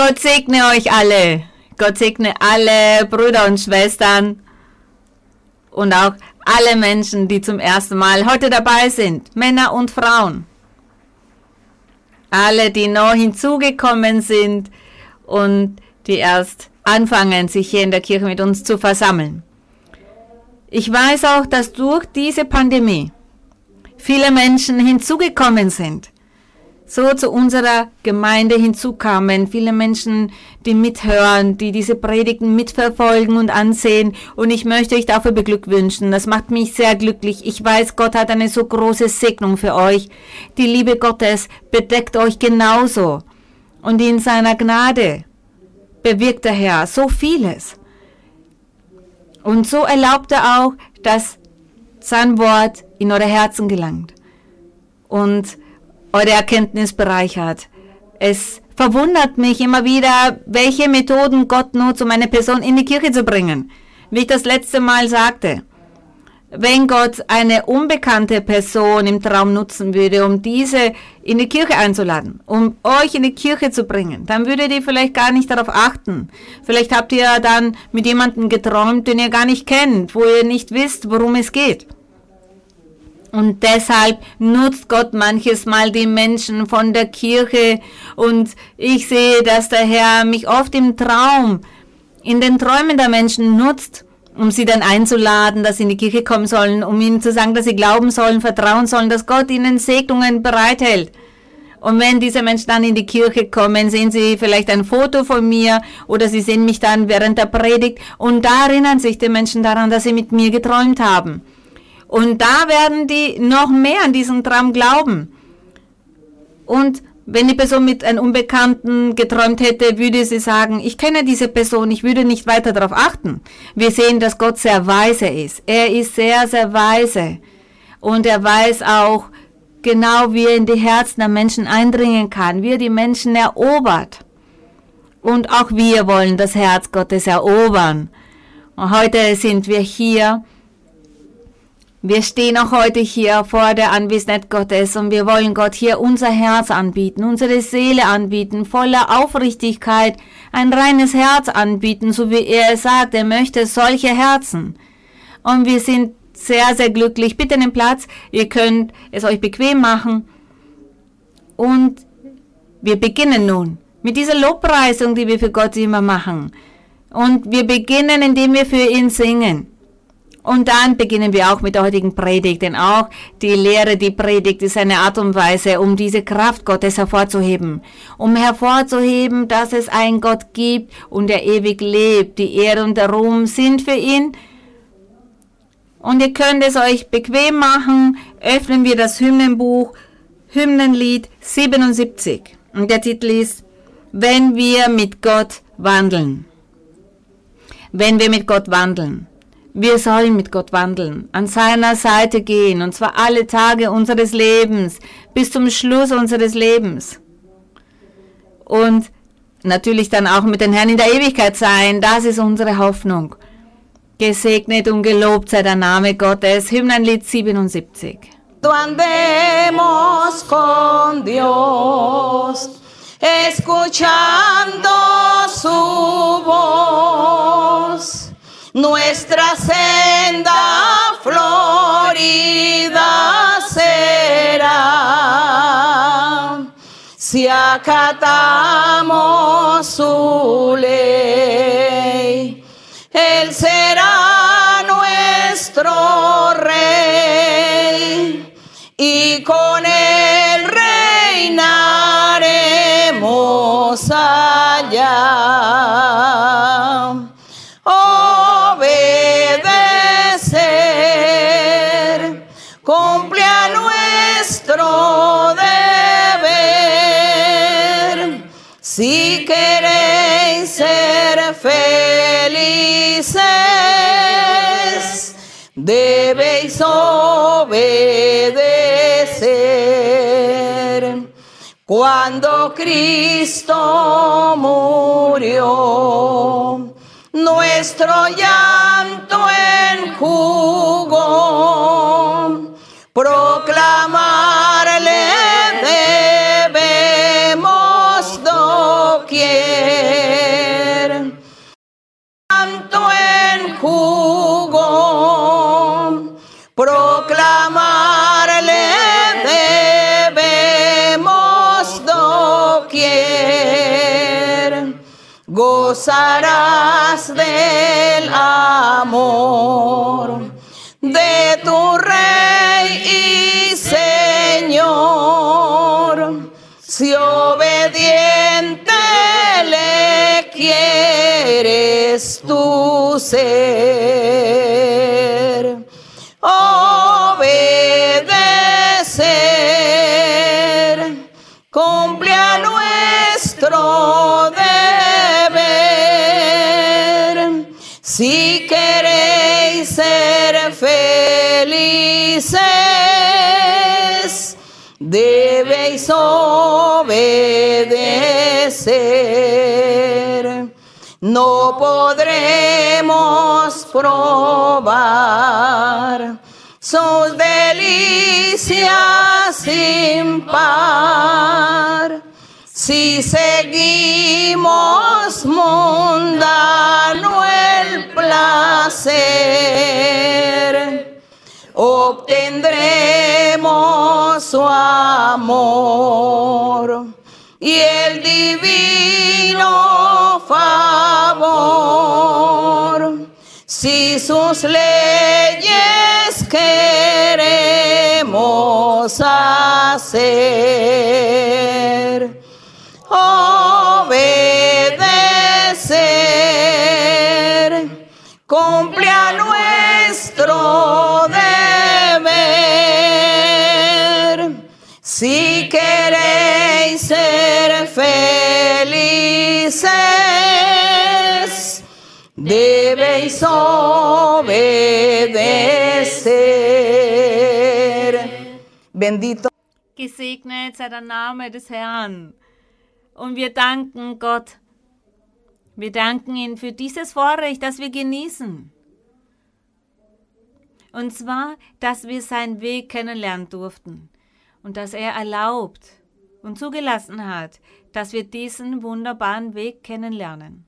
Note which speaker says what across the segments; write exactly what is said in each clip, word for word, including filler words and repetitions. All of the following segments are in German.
Speaker 1: Gott segne euch alle. Gott segne alle Brüder und Schwestern und auch alle Menschen, die zum ersten Mal heute dabei sind, Männer und Frauen. Alle, die neu hinzugekommen sind und die erst anfangen, sich hier in der Kirche mit uns zu versammeln. Ich weiß auch, dass durch diese Pandemie viele Menschen hinzugekommen sind, so zu unserer Gemeinde hinzukamen, viele Menschen, die mithören, die diese Predigten mitverfolgen und ansehen, und ich möchte euch dafür beglückwünschen. Das macht mich sehr glücklich. Ich weiß, Gott hat eine so große Segnung für euch. Die Liebe Gottes bedeckt euch genauso, und in seiner Gnade bewirkt der Herr so vieles. Und so erlaubt er auch, dass sein Wort in eure Herzen gelangt und eure Erkenntnis bereichert. Es verwundert mich immer wieder, welche Methoden Gott nutzt, um eine Person in die Kirche zu bringen. Wie ich das letzte Mal sagte, wenn Gott eine unbekannte Person im Traum nutzen würde, um diese in die Kirche einzuladen, um euch in die Kirche zu bringen, dann würdet ihr vielleicht gar nicht darauf achten. Vielleicht habt ihr dann mit jemandem geträumt, den ihr gar nicht kennt, wo ihr nicht wisst, worum es geht. Und deshalb nutzt Gott manches Mal die Menschen von der Kirche, und ich sehe, dass der Herr mich oft im Traum, in den Träumen der Menschen nutzt, um sie dann einzuladen, dass sie in die Kirche kommen sollen, um ihnen zu sagen, dass sie glauben sollen, vertrauen sollen, dass Gott ihnen Segnungen bereithält. Und wenn diese Menschen dann in die Kirche kommen, sehen sie vielleicht ein Foto von mir oder sie sehen mich dann während der Predigt, und da erinnern sich die Menschen daran, dass sie mit mir geträumt haben. Und da werden die noch mehr an diesen Traum glauben. Und wenn die Person mit einem Unbekannten geträumt hätte, würde sie sagen, ich kenne diese Person, ich würde nicht weiter darauf achten. Wir sehen, dass Gott sehr weise ist. Er ist sehr, sehr weise. Und er weiß auch genau, wie er in die Herzen der Menschen eindringen kann, wie er die Menschen erobert. Und auch wir wollen das Herz Gottes erobern. Und heute sind wir hier. Wir stehen auch heute hier vor der Anwesenheit Gottes, und wir wollen Gott hier unser Herz anbieten, unsere Seele anbieten, voller Aufrichtigkeit, ein reines Herz anbieten, so wie er es sagt, er möchte solche Herzen. Und wir sind sehr, sehr glücklich. Bitte nehmt Platz, ihr könnt es euch bequem machen. Und wir beginnen nun mit dieser Lobpreisung, die wir für Gott immer machen. Und wir beginnen, indem wir für ihn singen. Und dann beginnen wir auch mit der heutigen Predigt, denn auch die Lehre, die Predigt ist eine Art und Weise, um diese Kraft Gottes hervorzuheben. Um hervorzuheben, dass es einen Gott gibt und der ewig lebt. Die Ehre und der Ruhm sind für ihn. Und ihr könnt es euch bequem machen. Öffnen wir das Hymnenbuch, Hymnenlied siebenundsiebzig. Und der Titel ist, wenn wir mit Gott wandeln. Wenn wir mit Gott wandeln. Wir sollen mit Gott wandeln, an seiner Seite gehen, und zwar alle Tage unseres Lebens, bis zum Schluss unseres Lebens. Und natürlich dann auch mit den Herrn in der Ewigkeit sein, das ist unsere Hoffnung. Gesegnet und gelobt sei der Name Gottes. Hymnenlied siebenundsiebzig.
Speaker 2: Andemos con Dios, escuchando su voz. Nuestra senda florida será, si acatamos su ley. Él será nuestro rey, y con él reinaremos allá. Obedecer cumple a nuestro deber. Si queréis ser felices, debéis obedecer. Cuando Cristo murió, nuestro llanto enjugó. Proclamarle debemos doquier. jugo, proclamarle debemos doquier, gozarás del amor de tu Rey y Señor, si obediente le quieres tú ser. Obedecer cumple a nuestro deber. Si queréis ser felices, debéis obedecer. No podremos probar sus delicias sin par si seguimos mundano el placer. Obtendremos su amor y el divino favor si sus leyes queremos hacer. Obedecer cumple a nuestro deber. Si queréis ser felices, debéis obedecer. Bendito.
Speaker 1: Gesegnet sei der Name des Herrn. Und wir danken Gott. Wir danken ihm für dieses Vorrecht, das wir genießen. Und zwar, dass wir seinen Weg kennenlernen durften. Und dass er erlaubt und zugelassen hat, dass wir diesen wunderbaren Weg kennenlernen.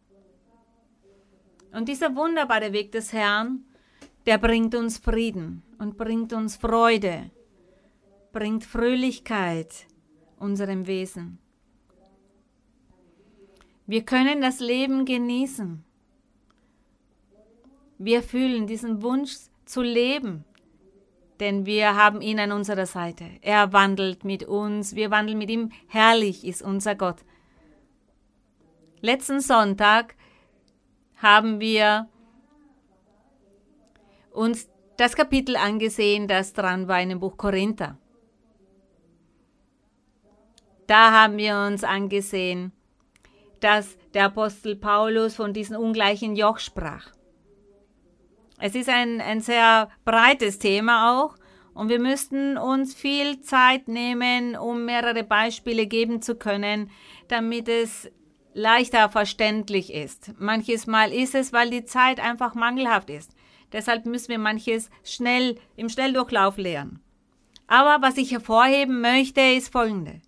Speaker 1: Und dieser wunderbare Weg des Herrn, der bringt uns Frieden und bringt uns Freude, bringt Fröhlichkeit unserem Wesen. Wir können das Leben genießen. Wir fühlen diesen Wunsch zu leben, denn wir haben ihn an unserer Seite. Er wandelt mit uns, wir wandeln mit ihm. Herrlich ist unser Gott. Letzten Sonntag haben wir uns das Kapitel angesehen, das dran war in dem Buch Korinther. Da haben wir uns angesehen, dass der Apostel Paulus von diesem ungleichen Joch sprach. Es ist ein, ein sehr breites Thema auch und wir müssten uns viel Zeit nehmen, um mehrere Beispiele geben zu können, damit es leichter verständlich ist. Manches Mal ist es, weil die Zeit einfach mangelhaft ist. Deshalb müssen wir manches schnell im Schnelldurchlauf lernen. Aber was ich hervorheben möchte, ist Folgende.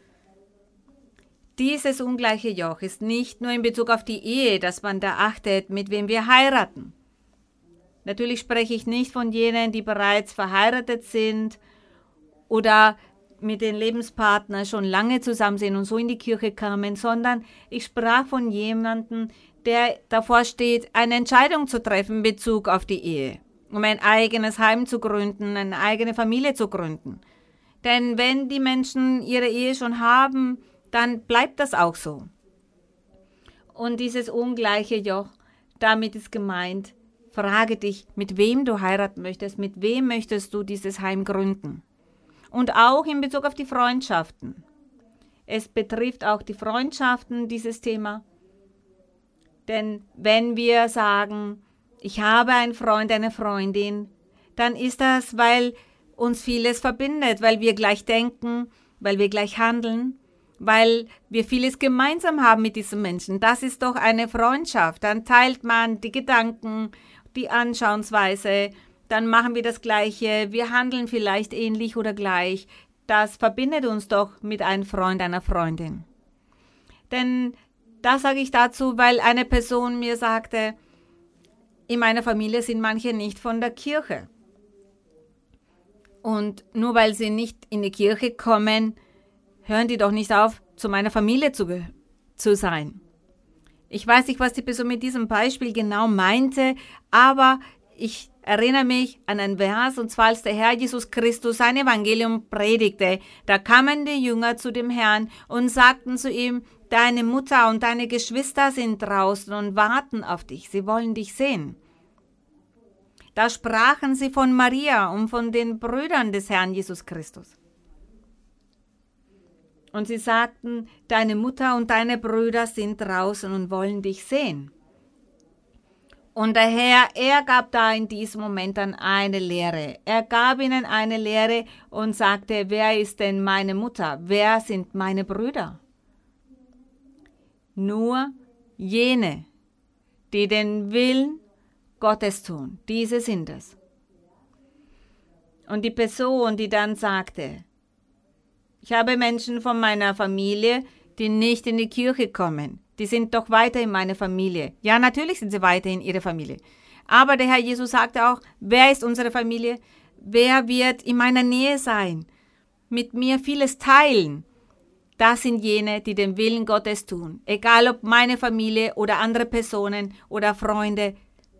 Speaker 1: Dieses ungleiche Joch ist nicht nur in Bezug auf die Ehe, dass man da achtet, mit wem wir heiraten. Natürlich spreche ich nicht von jenen, die bereits verheiratet sind oder mit den Lebenspartnern schon lange zusammen sind und so in die Kirche kamen, sondern ich sprach von jemandem, der davor steht, eine Entscheidung zu treffen in Bezug auf die Ehe, um ein eigenes Heim zu gründen, eine eigene Familie zu gründen. Denn wenn die Menschen ihre Ehe schon haben, dann bleibt das auch so. Und dieses ungleiche Joch, damit ist gemeint, frage dich, mit wem du heiraten möchtest, mit wem möchtest du dieses Heim gründen. Und auch in Bezug auf die Freundschaften. Es betrifft auch die Freundschaften, dieses Thema. Denn wenn wir sagen, ich habe einen Freund, eine Freundin, dann ist das, weil uns vieles verbindet, weil wir gleich denken, weil wir gleich handeln, weil wir vieles gemeinsam haben mit diesem Menschen. Das ist doch eine Freundschaft. Dann teilt man die Gedanken, die Anschauungsweise, dann machen wir das Gleiche, wir handeln vielleicht ähnlich oder gleich. Das verbindet uns doch mit einem Freund, einer Freundin. Denn das sage ich dazu, weil eine Person mir sagte, in meiner Familie sind manche nicht von der Kirche. Und nur weil sie nicht in die Kirche kommen, hören die doch nicht auf, zu meiner Familie zu, zu sein. Ich weiß nicht, was die Person mit diesem Beispiel genau meinte, aber ich erinnere mich an einen Vers, und zwar als der Herr Jesus Christus sein Evangelium predigte. Da kamen die Jünger zu dem Herrn und sagten zu ihm, deine Mutter und deine Geschwister sind draußen und warten auf dich. Sie wollen dich sehen. Da sprachen sie von Maria und von den Brüdern des Herrn Jesus Christus. Und sie sagten, deine Mutter und deine Brüder sind draußen und wollen dich sehen. Und der Herr, er gab da in diesem Moment dann eine Lehre. Er gab ihnen eine Lehre und sagte, wer ist denn meine Mutter? Wer sind meine Brüder? Nur jene, die den Willen Gottes tun. Diese sind es. Und die Person, die dann sagte, ich habe Menschen von meiner Familie, die nicht in die Kirche kommen. Die sind doch weiter in meiner Familie. Ja, natürlich sind sie weiter in ihrer Familie. Aber der Herr Jesus sagte auch, wer ist unsere Familie? Wer wird in meiner Nähe sein? Mit mir vieles teilen. Das sind jene, die den Willen Gottes tun. Egal ob meine Familie oder andere Personen oder Freunde.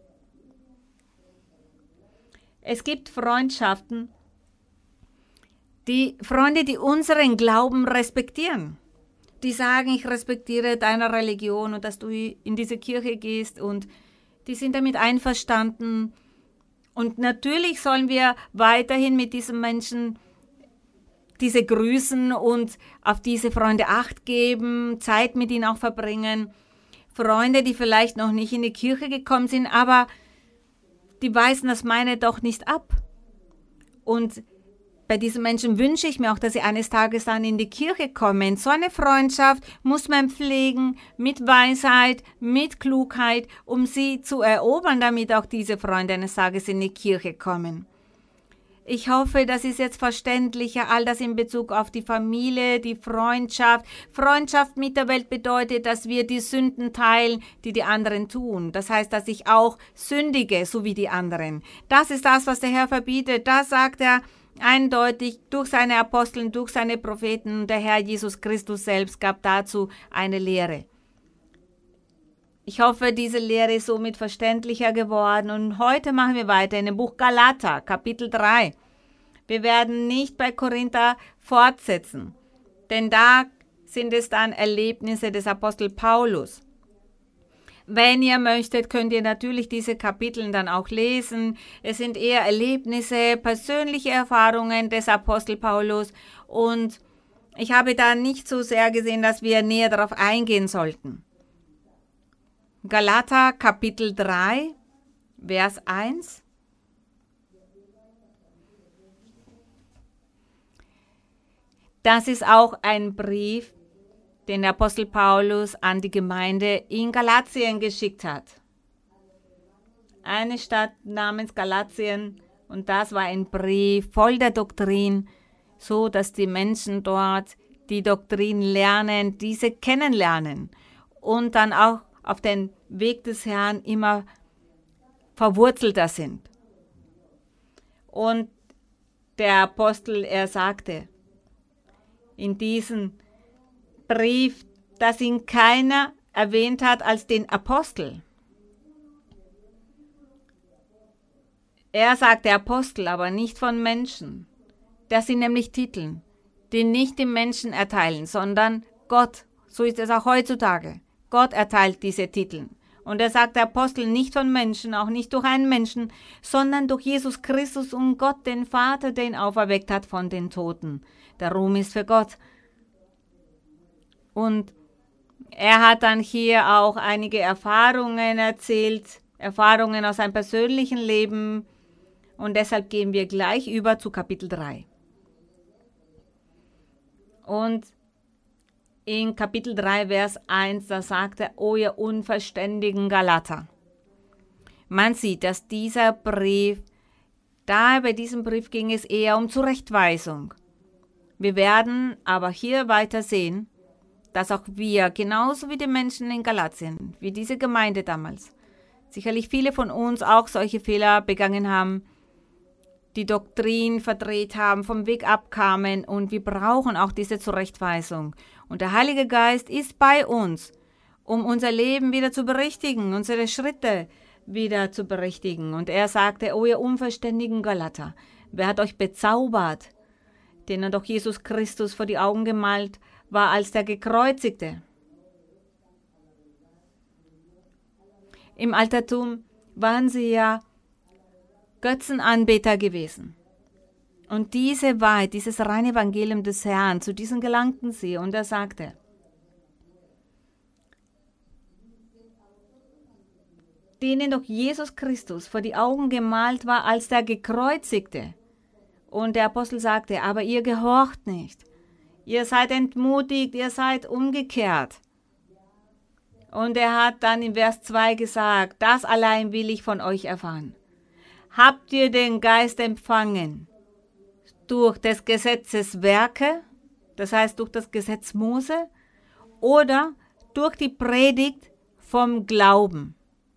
Speaker 1: Es gibt Freundschaften, die Freunde, die unseren Glauben respektieren. Die sagen, ich respektiere deine Religion und dass du in diese Kirche gehst, und die sind damit einverstanden. Und natürlich sollen wir weiterhin mit diesen Menschen diese grüßen und auf diese Freunde Acht geben, Zeit mit ihnen auch verbringen. Freunde, die vielleicht noch nicht in die Kirche gekommen sind, aber die weisen das meine doch nicht ab. Und bei diesen Menschen wünsche ich mir auch, dass sie eines Tages dann in die Kirche kommen. So eine Freundschaft muss man pflegen mit Weisheit, mit Klugheit, um sie zu erobern, damit auch diese Freunde eines Tages in die Kirche kommen. Ich hoffe, das ist jetzt verständlicher, all das in Bezug auf die Familie, die Freundschaft. Freundschaft mit der Welt bedeutet, dass wir die Sünden teilen, die die anderen tun. Das heißt, dass ich auch sündige, so wie die anderen. Das ist das, was der Herr verbietet. Das sagt er eindeutig durch seine Aposteln, durch seine Propheten. Der Herr Jesus Christus selbst gab dazu eine Lehre. Ich hoffe, diese Lehre ist somit verständlicher geworden. Und heute machen wir weiter in dem Buch Galater, Kapitel drei. Wir werden nicht bei Korinther fortsetzen, denn da sind es dann Erlebnisse des Apostel Paulus. Wenn ihr möchtet, könnt ihr natürlich diese Kapitel dann auch lesen. Es sind eher Erlebnisse, persönliche Erfahrungen des Apostel Paulus. Und ich habe da nicht so sehr gesehen, dass wir näher darauf eingehen sollten. Galater Kapitel drei, Vers eins. Das ist auch ein Brief, den der Apostel Paulus an die Gemeinde in Galatien geschickt hat. Eine Stadt namens Galatien, und das war ein Brief voll der Doktrin, so dass die Menschen dort die Doktrin lernen, diese kennenlernen und dann auch auf den Weg des Herrn immer verwurzelter sind. Und der Apostel, er sagte in diesem Brief, dass ihn keiner erwähnt hat als den Apostel. Er sagte Apostel, aber nicht von Menschen. Das sind nämlich Titel, die nicht den Menschen erteilen, sondern Gott. So ist es auch heutzutage. Gott erteilt diese Titel. Und er sagt Apostel nicht von Menschen, auch nicht durch einen Menschen, sondern durch Jesus Christus und Gott, den Vater, der ihn auferweckt hat von den Toten. Der Ruhm ist für Gott. Und er hat dann hier auch einige Erfahrungen erzählt, Erfahrungen aus seinem persönlichen Leben. Und deshalb gehen wir gleich über zu Kapitel drei. Und in Kapitel drei, Vers eins, da sagt er, o ihr unverständigen Galater. Man sieht, dass dieser Brief, da bei diesem Brief ging es eher um Zurechtweisung. Wir werden aber hier weiter sehen, dass auch wir, genauso wie die Menschen in Galatien, wie diese Gemeinde damals, sicherlich viele von uns auch solche Fehler begangen haben, die Doktrin verdreht haben, vom Weg abkamen, und wir brauchen auch diese Zurechtweisung. Und der Heilige Geist ist bei uns, um unser Leben wieder zu berichtigen, unsere Schritte wieder zu berichtigen. Und er sagte, o ihr unverständigen Galater, wer hat euch bezaubert, denen doch Jesus Christus vor die Augen gemalt war als der Gekreuzigte? Im Altertum waren sie ja Götzenanbeter gewesen. Und diese Wahrheit, dieses reine Evangelium des Herrn, zu diesen gelangten sie. Und er sagte, denen doch Jesus Christus vor die Augen gemalt war als der Gekreuzigte. Und der Apostel sagte, aber ihr gehorcht nicht. Ihr seid entmutigt, ihr seid umgekehrt. Und er hat dann in Vers zwei gesagt, das allein will ich von euch erfahren. Habt ihr den Geist empfangen durch des Gesetzes Werke, das heißt durch das Gesetz Mose, oder durch die Predigt vom Glauben?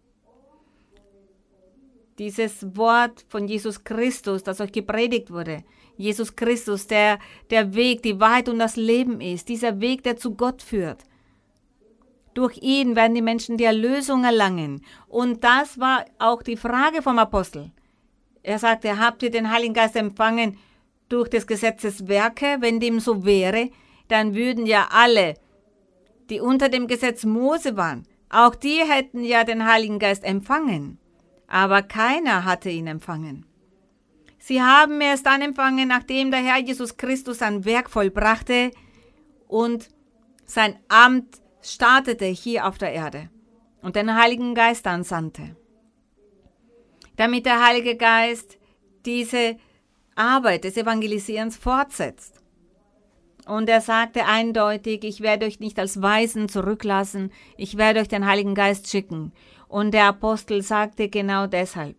Speaker 1: Dieses Wort von Jesus Christus, das euch gepredigt wurde, Jesus Christus, der der Weg, die Wahrheit und das Leben ist, dieser Weg, der zu Gott führt. Durch ihn werden die Menschen die Erlösung erlangen. Und das war auch die Frage vom Apostel. Er sagte, habt ihr den Heiligen Geist empfangen durch des Gesetzes Werke? Wenn dem so wäre, dann würden ja alle, die unter dem Gesetz Mose waren, auch die hätten ja den Heiligen Geist empfangen. Aber keiner hatte ihn empfangen. Sie haben erst dann empfangen, nachdem der Herr Jesus Christus sein Werk vollbrachte und sein Amt startete hier auf der Erde und den Heiligen Geist ansandte. Damit der Heilige Geist diese Arbeit des Evangelisierens fortsetzt. Und er sagte eindeutig, ich werde euch nicht als Weisen zurücklassen, ich werde euch den Heiligen Geist schicken. Und der Apostel sagte genau deshalb,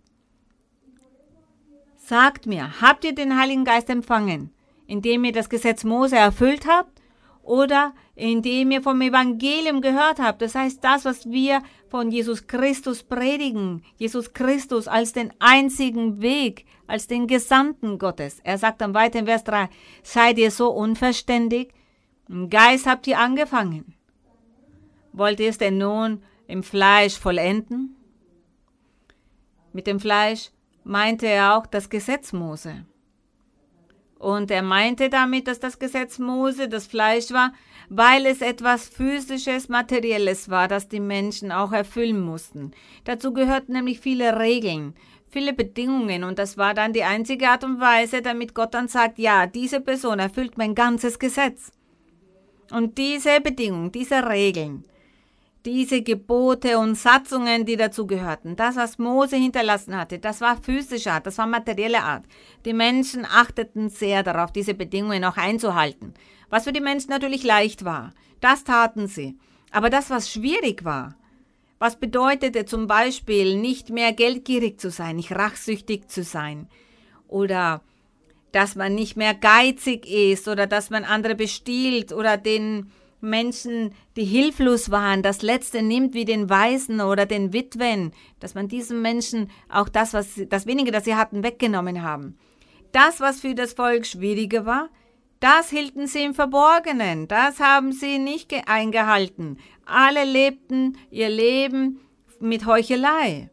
Speaker 1: sagt mir, habt ihr den Heiligen Geist empfangen, indem ihr das Gesetz Mose erfüllt habt oder indem ihr vom Evangelium gehört habt? Das heißt, das, was wir von Jesus Christus predigen, Jesus Christus als den einzigen Weg, als den Gesandten Gottes. Er sagt dann weiter in Vers drei, seid ihr so unverständig? Im Geist habt ihr angefangen. Wollt ihr es denn nun im Fleisch vollenden? Mit dem Fleisch meinte er auch das Gesetz Mose. Und er meinte damit, dass das Gesetz Mose das Fleisch war, weil es etwas Physisches, Materielles war, das die Menschen auch erfüllen mussten. Dazu gehörten nämlich viele Regeln, viele Bedingungen, und das war dann die einzige Art und Weise, damit Gott dann sagt, ja, diese Person erfüllt mein ganzes Gesetz. Und diese Bedingungen, diese Regeln, diese Gebote und Satzungen, die dazu gehörten, das, was Mose hinterlassen hatte, das war physische Art, das war materielle Art. Die Menschen achteten sehr darauf, diese Bedingungen auch einzuhalten. Was für die Menschen natürlich leicht war, das taten sie. Aber das, was schwierig war, was bedeutete zum Beispiel, nicht mehr geldgierig zu sein, nicht rachsüchtig zu sein, oder dass man nicht mehr geizig ist, oder dass man andere bestiehlt, oder den Menschen, die hilflos waren, das Letzte nimmt wie den Waisen oder den Witwen, dass man diesen Menschen auch das, was das Wenige, das sie hatten, weggenommen haben. Das, was für das Volk schwieriger war, das hielten sie im Verborgenen, das haben sie nicht eingehalten. Alle lebten ihr Leben mit Heuchelei.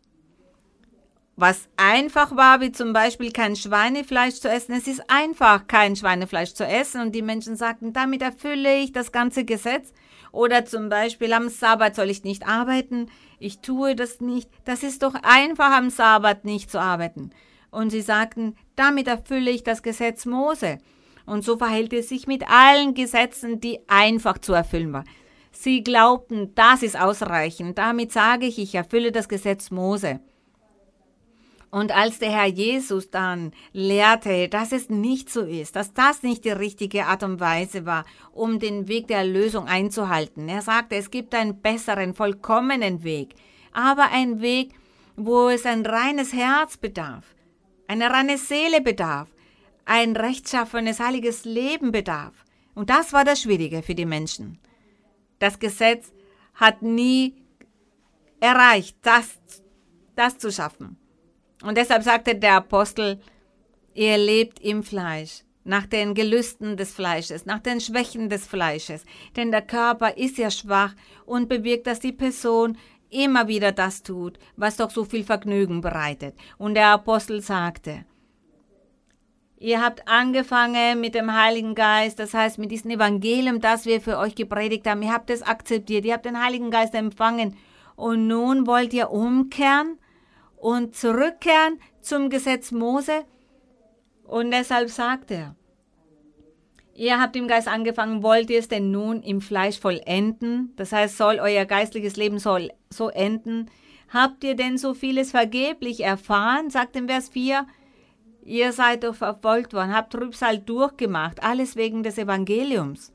Speaker 1: Was einfach war, wie zum Beispiel kein Schweinefleisch zu essen. Es ist einfach, kein Schweinefleisch zu essen. Und die Menschen sagten, damit erfülle ich das ganze Gesetz. Oder zum Beispiel, am Sabbat soll ich nicht arbeiten. Ich tue das nicht. Das ist doch einfach, am Sabbat nicht zu arbeiten. Und sie sagten, damit erfülle ich das Gesetz Mose. Und so verhält es sich mit allen Gesetzen, die einfach zu erfüllen waren. Sie glaubten, das ist ausreichend. Damit sage ich, ich erfülle das Gesetz Mose. Und als der Herr Jesus dann lehrte, dass es nicht so ist, dass das nicht die richtige Art und Weise war, um den Weg der Erlösung einzuhalten. Er sagte, es gibt einen besseren, vollkommenen Weg, aber einen Weg, wo es ein reines Herz bedarf, eine reine Seele bedarf, ein rechtschaffenes, heiliges Leben bedarf. Und das war das Schwierige für die Menschen. Das Gesetz hat nie erreicht, das, das zu schaffen. Und deshalb sagte der Apostel, ihr lebt im Fleisch, nach den Gelüsten des Fleisches, nach den Schwächen des Fleisches. Denn der Körper ist ja schwach und bewirkt, dass die Person immer wieder das tut, was doch so viel Vergnügen bereitet. Und der Apostel sagte, ihr habt angefangen mit dem Heiligen Geist, das heißt mit diesem Evangelium, das wir für euch gepredigt haben. Ihr habt es akzeptiert, ihr habt den Heiligen Geist empfangen und nun wollt ihr umkehren und zurückkehren zum Gesetz Mose. Und deshalb sagt er, ihr habt im Geist angefangen, wollt ihr es denn nun im Fleisch vollenden? Das heißt, soll euer geistliches Leben soll so enden? Habt ihr denn so vieles vergeblich erfahren? Sagt im Vers vier, ihr seid doch verfolgt worden, habt Trübsal durchgemacht, alles wegen des Evangeliums.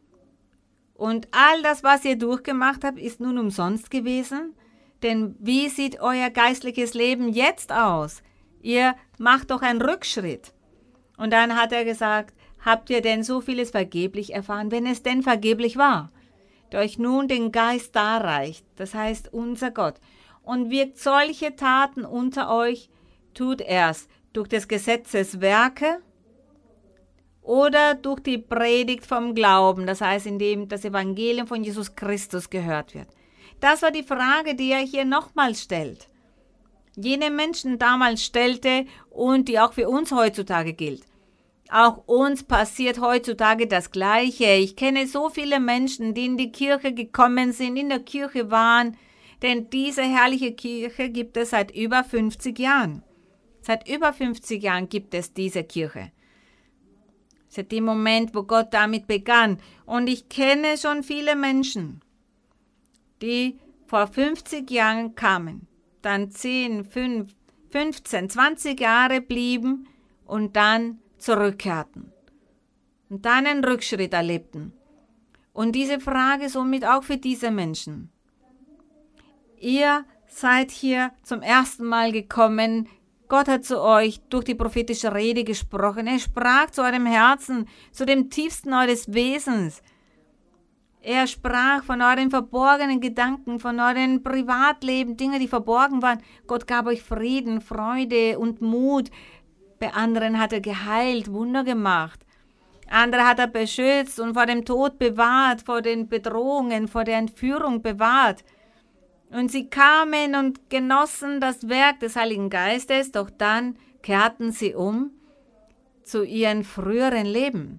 Speaker 1: Und all das, was ihr durchgemacht habt, ist nun umsonst gewesen? Denn wie sieht euer geistliches Leben jetzt aus? Ihr macht doch einen Rückschritt. Und dann hat er gesagt, habt ihr denn so vieles vergeblich erfahren, wenn es denn vergeblich war? Der euch nun den Geist darreicht, das heißt unser Gott, und wirkt solche Taten unter euch, tut er's durch des Gesetzes Werke oder durch die Predigt vom Glauben, das heißt, indem das Evangelium von Jesus Christus gehört wird. Das war die Frage, die er hier nochmals stellt. Jene Menschen damals stellte und die auch für uns heutzutage gilt. Auch uns passiert heutzutage das Gleiche. Ich kenne so viele Menschen, die in die Kirche gekommen sind, in der Kirche waren, denn diese herrliche Kirche gibt es seit über fünfzig Jahren. Seit über fünfzig Jahren gibt es diese Kirche. Seit dem Moment, wo Gott damit begann. Und ich kenne schon viele Menschen, die vor fünfzig Jahren kamen, dann zehn, fünf, fünfzehn, zwanzig Jahre blieben und dann zurückkehrten und dann einen Rückschritt erlebten. Und diese Frage somit auch für diese Menschen. Ihr seid hier zum ersten Mal gekommen, Gott hat zu euch durch die prophetische Rede gesprochen. Er sprach zu eurem Herzen, zu dem tiefsten eures Wesens. Er sprach von euren verborgenen Gedanken, von euren Privatleben, Dinge, die verborgen waren. Gott gab euch Frieden, Freude und Mut. Bei anderen hat er geheilt, Wunder gemacht. Andere hat er beschützt und vor dem Tod bewahrt, vor den Bedrohungen, vor der Entführung bewahrt. Und sie kamen und genossen das Werk des Heiligen Geistes, doch dann kehrten sie um zu ihrem früheren Leben,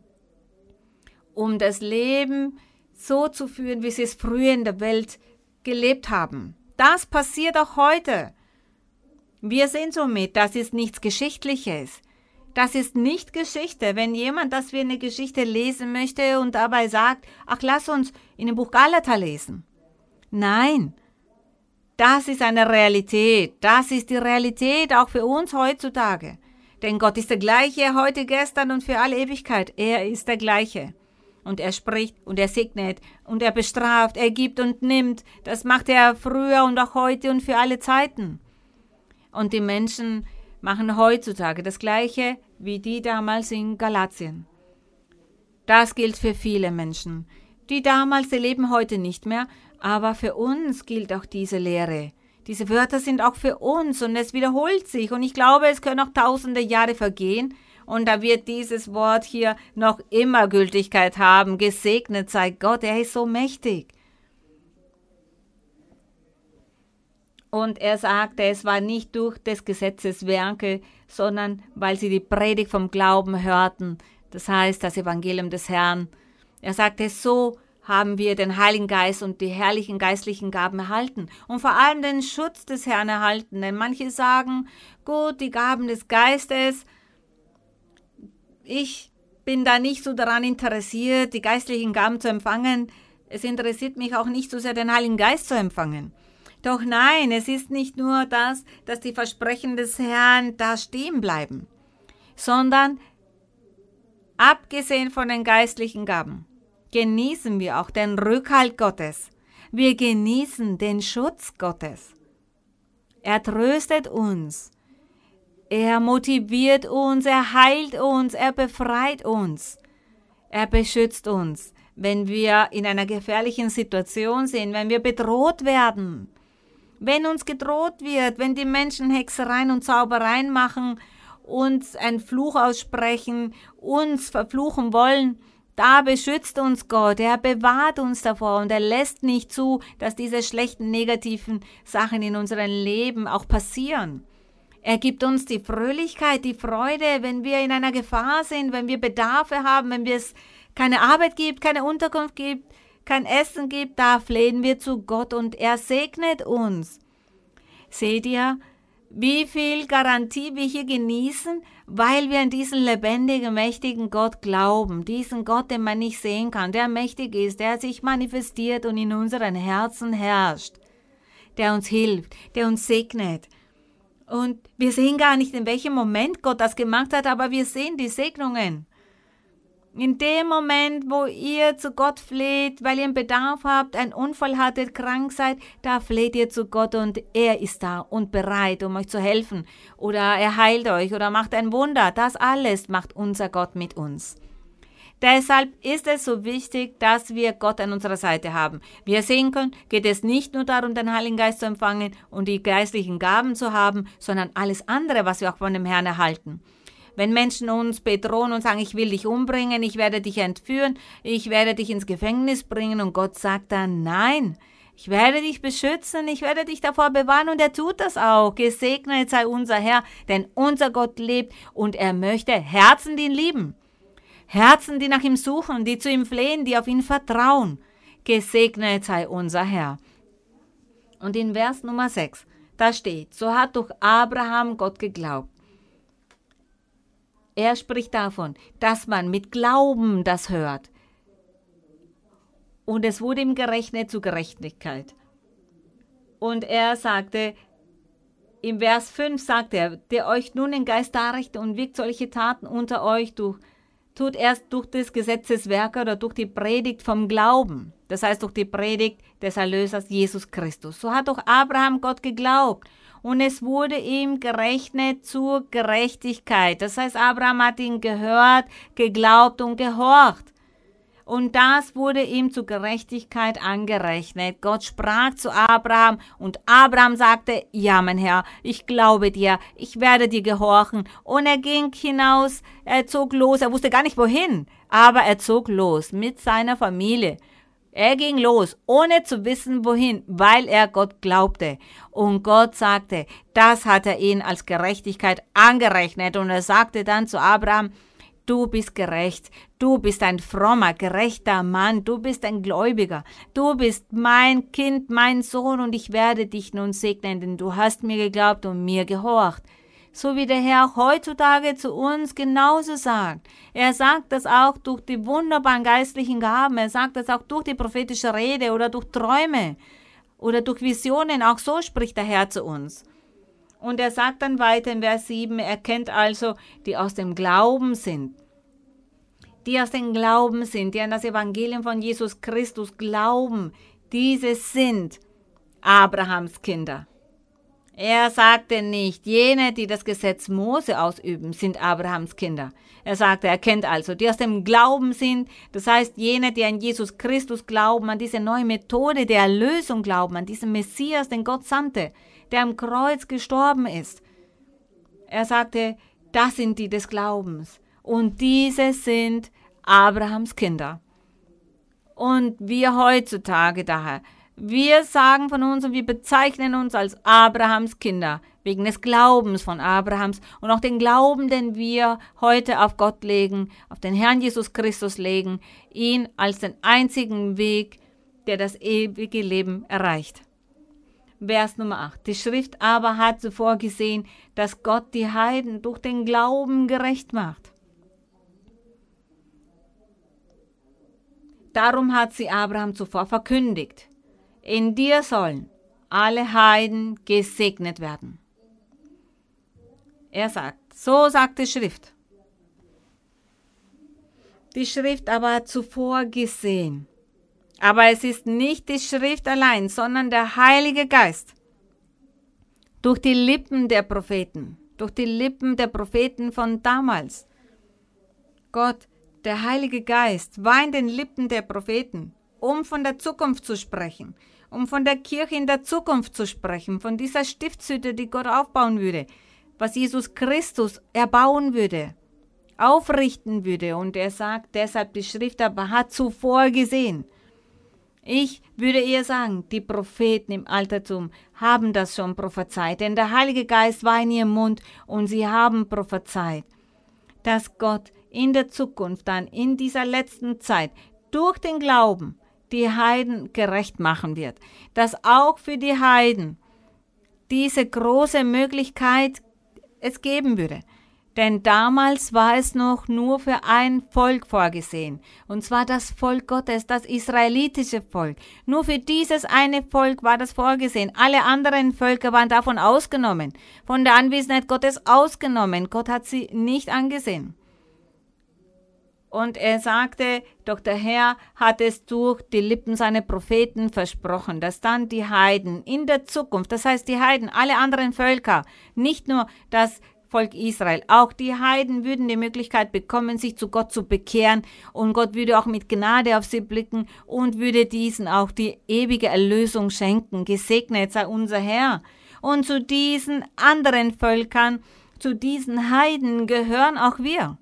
Speaker 1: um das Leben so zu führen, wie sie es früher in der Welt gelebt haben. Das passiert auch heute. Wir sehen somit, das ist nichts Geschichtliches. Das ist nicht Geschichte. Wenn jemand, dass wir eine Geschichte lesen möchte und dabei sagt, ach, lass uns in dem Buch Galater lesen. Nein, das ist eine Realität. Das ist die Realität auch für uns heutzutage. Denn Gott ist der gleiche heute, gestern und für alle Ewigkeit. Er ist der gleiche. Und er spricht und er segnet und er bestraft, er gibt und nimmt. Das macht er früher und auch heute und für alle Zeiten. Und die Menschen machen heutzutage das Gleiche wie die damals in Galatien. Das gilt für viele Menschen. Die damals, die leben heute nicht mehr, aber für uns gilt auch diese Lehre. Diese Wörter sind auch für uns und es wiederholt sich. Und ich glaube, es können noch tausende Jahre vergehen und da wird dieses Wort hier noch immer Gültigkeit haben. Gesegnet sei Gott, er ist so mächtig. Und er sagte, es war nicht durch des Gesetzes Werke, sondern weil sie die Predigt vom Glauben hörten. Das heißt, das Evangelium des Herrn. Er sagte, so haben wir den Heiligen Geist und die herrlichen geistlichen Gaben erhalten. Und vor allem den Schutz des Herrn erhalten. Denn manche sagen, gut, die Gaben des Geistes, ich bin da nicht so daran interessiert, die geistlichen Gaben zu empfangen. Es interessiert mich auch nicht so sehr, den Heiligen Geist zu empfangen. Doch nein, es ist nicht nur das, dass die Versprechen des Herrn da stehen bleiben, sondern abgesehen von den geistlichen Gaben, genießen wir auch den Rückhalt Gottes. Wir genießen den Schutz Gottes. Er tröstet uns. Er motiviert uns, er heilt uns, er befreit uns. Er beschützt uns, wenn wir in einer gefährlichen Situation sind, wenn wir bedroht werden. Wenn uns gedroht wird, wenn die Menschen Hexereien und Zaubereien machen, uns einen Fluch aussprechen, uns verfluchen wollen, da beschützt uns Gott, er bewahrt uns davor und er lässt nicht zu, dass diese schlechten, negativen Sachen in unserem Leben auch passieren. Er gibt uns die Fröhlichkeit, die Freude, wenn wir in einer Gefahr sind, wenn wir Bedarfe haben, wenn es keine Arbeit gibt, keine Unterkunft gibt, kein Essen gibt, da flehen wir zu Gott und er segnet uns. Seht ihr, wie viel Garantie wir hier genießen, weil wir an diesen lebendigen, mächtigen Gott glauben, diesen Gott, den man nicht sehen kann, der mächtig ist, der sich manifestiert und in unseren Herzen herrscht, der uns hilft, der uns segnet. Und wir sehen gar nicht, in welchem Moment Gott das gemacht hat, aber wir sehen die Segnungen. In dem Moment, wo ihr zu Gott fleht, weil ihr einen Bedarf habt, einen Unfall hattet, krank seid, da fleht ihr zu Gott und er ist da und bereit, um euch zu helfen. Oder er heilt euch oder macht ein Wunder. Das alles macht unser Gott mit uns. Deshalb ist es so wichtig, dass wir Gott an unserer Seite haben. Wie ihr sehen könnt, geht es nicht nur darum, den Heiligen Geist zu empfangen und die geistlichen Gaben zu haben, sondern alles andere, was wir auch von dem Herrn erhalten. Wenn Menschen uns bedrohen und sagen, ich will dich umbringen, ich werde dich entführen, ich werde dich ins Gefängnis bringen und Gott sagt dann, nein, ich werde dich beschützen, ich werde dich davor bewahren und er tut das auch. Gesegnet sei unser Herr, denn unser Gott lebt und er möchte Herzen, die ihn lieben. Herzen, die nach ihm suchen, die zu ihm flehen, die auf ihn vertrauen. Gesegnet sei unser Herr. Und in Vers Nummer sechs, da steht, so hat durch Abraham Gott geglaubt. Er spricht davon, dass man mit Glauben das hört. Und es wurde ihm gerechnet zu Gerechtigkeit. Und er sagte, im Vers fünf sagt er, der euch nun den Geist darrichtet und wirkt solche Taten unter euch durch, tut erst durch des Gesetzes Werke oder durch die Predigt vom Glauben. Das heißt durch die Predigt des Erlösers Jesus Christus. So hat doch Abraham Gott geglaubt. Und es wurde ihm gerechnet zur Gerechtigkeit. Das heißt, Abraham hat ihn gehört, geglaubt und gehorcht. Und das wurde ihm zur Gerechtigkeit angerechnet. Gott sprach zu Abraham und Abraham sagte, ja, mein Herr, ich glaube dir, ich werde dir gehorchen. Und er ging hinaus, er zog los, er wusste gar nicht wohin, aber er zog los mit seiner Familie. Er ging los, ohne zu wissen, wohin, weil er Gott glaubte. Und Gott sagte, das hat er ihn als Gerechtigkeit angerechnet. Und er sagte dann zu Abraham, du bist gerecht, du bist ein frommer, gerechter Mann, du bist ein Gläubiger, du bist mein Kind, mein Sohn und ich werde dich nun segnen, denn du hast mir geglaubt und mir gehorcht. So wie der Herr auch heutzutage zu uns genauso sagt. Er sagt das auch durch die wunderbaren geistlichen Gaben, er sagt das auch durch die prophetische Rede oder durch Träume oder durch Visionen, auch so spricht der Herr zu uns. Und er sagt dann weiter in Vers sieben, er kennt also, die aus dem Glauben sind. Die aus dem Glauben sind, die an das Evangelium von Jesus Christus glauben, diese sind Abrahams Kinder. Er sagte nicht, jene, die das Gesetz Mose ausüben, sind Abrahams Kinder. Er sagte, er kennt also, die aus dem Glauben sind, das heißt jene, die an Jesus Christus glauben, an diese neue Methode der Erlösung glauben, an diesen Messias, den Gott sandte, der am Kreuz gestorben ist. Er sagte, das sind die des Glaubens und diese sind Abrahams Kinder. Und wir heutzutage daher, wir sagen von uns und wir bezeichnen uns als Abrahams Kinder, wegen des Glaubens von Abrahams und auch den Glauben, den wir heute auf Gott legen, auf den Herrn Jesus Christus legen, ihn als den einzigen Weg, der das ewige Leben erreicht. Vers Nummer acht. Die Schrift aber hat zuvor gesehen, dass Gott die Heiden durch den Glauben gerecht macht. Darum hat sie Abraham zuvor verkündigt. In dir sollen alle Heiden gesegnet werden. Er sagt, so sagt die Schrift. Die Schrift aber hat zuvor gesehen. Aber es ist nicht die Schrift allein, sondern der Heilige Geist. Durch die Lippen der Propheten, durch die Lippen der Propheten von damals. Gott, der Heilige Geist, war in den Lippen der Propheten, um von der Zukunft zu sprechen, um von der Kirche in der Zukunft zu sprechen, von dieser Stiftshütte, die Gott aufbauen würde, was Jesus Christus erbauen würde, aufrichten würde. Und er sagt deshalb, die Schrift aber hat zuvor gesehen. Ich würde eher sagen, die Propheten im Altertum haben das schon prophezeit, denn der Heilige Geist war in ihrem Mund und sie haben prophezeit, dass Gott in der Zukunft dann in dieser letzten Zeit durch den Glauben die Heiden gerecht machen wird, dass auch für die Heiden diese große Möglichkeit es geben würde. Denn damals war es noch nur für ein Volk vorgesehen, und zwar das Volk Gottes, das israelitische Volk. Nur für dieses eine Volk war das vorgesehen. Alle anderen Völker waren davon ausgenommen, von der Anwesenheit Gottes ausgenommen. Gott hat sie nicht angesehen. Und er sagte, doch der Herr hat es durch die Lippen seiner Propheten versprochen, dass dann die Heiden in der Zukunft, das heißt die Heiden, alle anderen Völker, nicht nur das Volk Israel, auch die Heiden würden die Möglichkeit bekommen, sich zu Gott zu bekehren, und Gott würde auch mit Gnade auf sie blicken und würde diesen auch die ewige Erlösung schenken. Gesegnet sei unser Herr. Und zu diesen anderen Völkern, zu diesen Heiden gehören auch wir.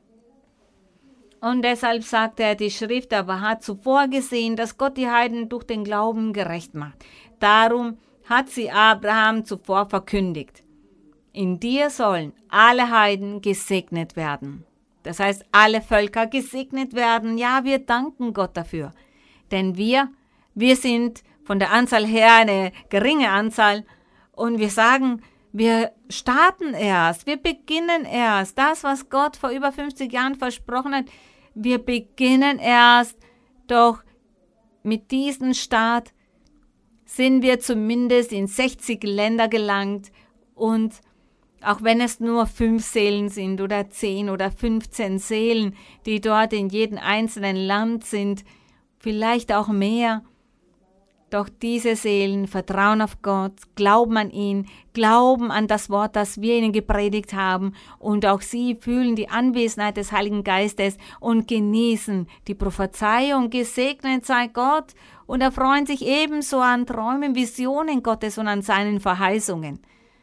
Speaker 1: Und deshalb sagt er, die Schrift aber hat zuvor gesehen, dass Gott die Heiden durch den Glauben gerecht macht. Darum hat sie Abraham zuvor verkündigt. In dir sollen alle Heiden gesegnet werden. Das heißt, alle Völker gesegnet werden. Ja, wir danken Gott dafür. Denn wir, wir sind von der Anzahl her eine geringe Anzahl. Und wir sagen, wir starten erst, wir beginnen erst. Das, was Gott vor über fünfzig Jahren versprochen hat, wir beginnen erst. Doch mit diesem Start sind wir zumindest in sechzig Länder gelangt. Und auch wenn es nur fünf Seelen sind oder zehn oder fünfzehn Seelen, die dort in jedem einzelnen Land sind, vielleicht auch mehr. Doch diese Seelen vertrauen auf Gott, glauben an ihn, glauben an das Wort, das wir ihnen gepredigt haben, und auch sie fühlen die Anwesenheit des Heiligen Geistes und genießen die Prophezeiung. Gesegnet sei Gott, und erfreuen sich ebenso an Träumen, Visionen Gottes und an seinen Verheißungen.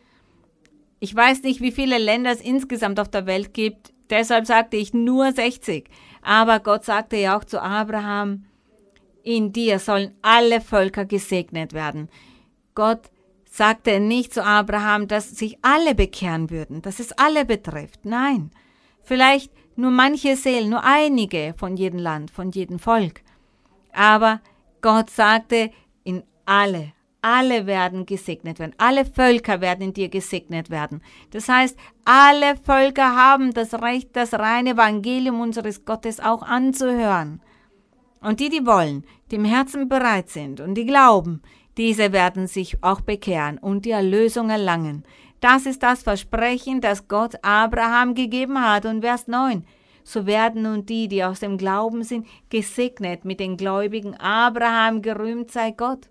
Speaker 1: Ich weiß nicht, wie viele Länder es insgesamt auf der Welt gibt, deshalb sagte ich nur sechzig. Aber Gott sagte ja auch zu Abraham, in dir sollen alle Völker gesegnet werden. Gott sagte nicht zu Abraham, dass sich alle bekehren würden, dass es alle betrifft. Nein, vielleicht nur manche Seelen, nur einige von jedem Land, von jedem Volk. Aber Gott sagte, in alle Alle werden gesegnet werden. Alle Völker werden in dir gesegnet werden. Das heißt, alle Völker haben das Recht, das reine Evangelium unseres Gottes auch anzuhören. Und die, die wollen, die im Herzen bereit sind und die glauben, diese werden sich auch bekehren und die Erlösung erlangen. Das ist das Versprechen, das Gott Abraham gegeben hat. Und Vers neun. So werden nun die, die aus dem Glauben sind, gesegnet mit den Gläubigen. Abraham, gerühmt sei Gott.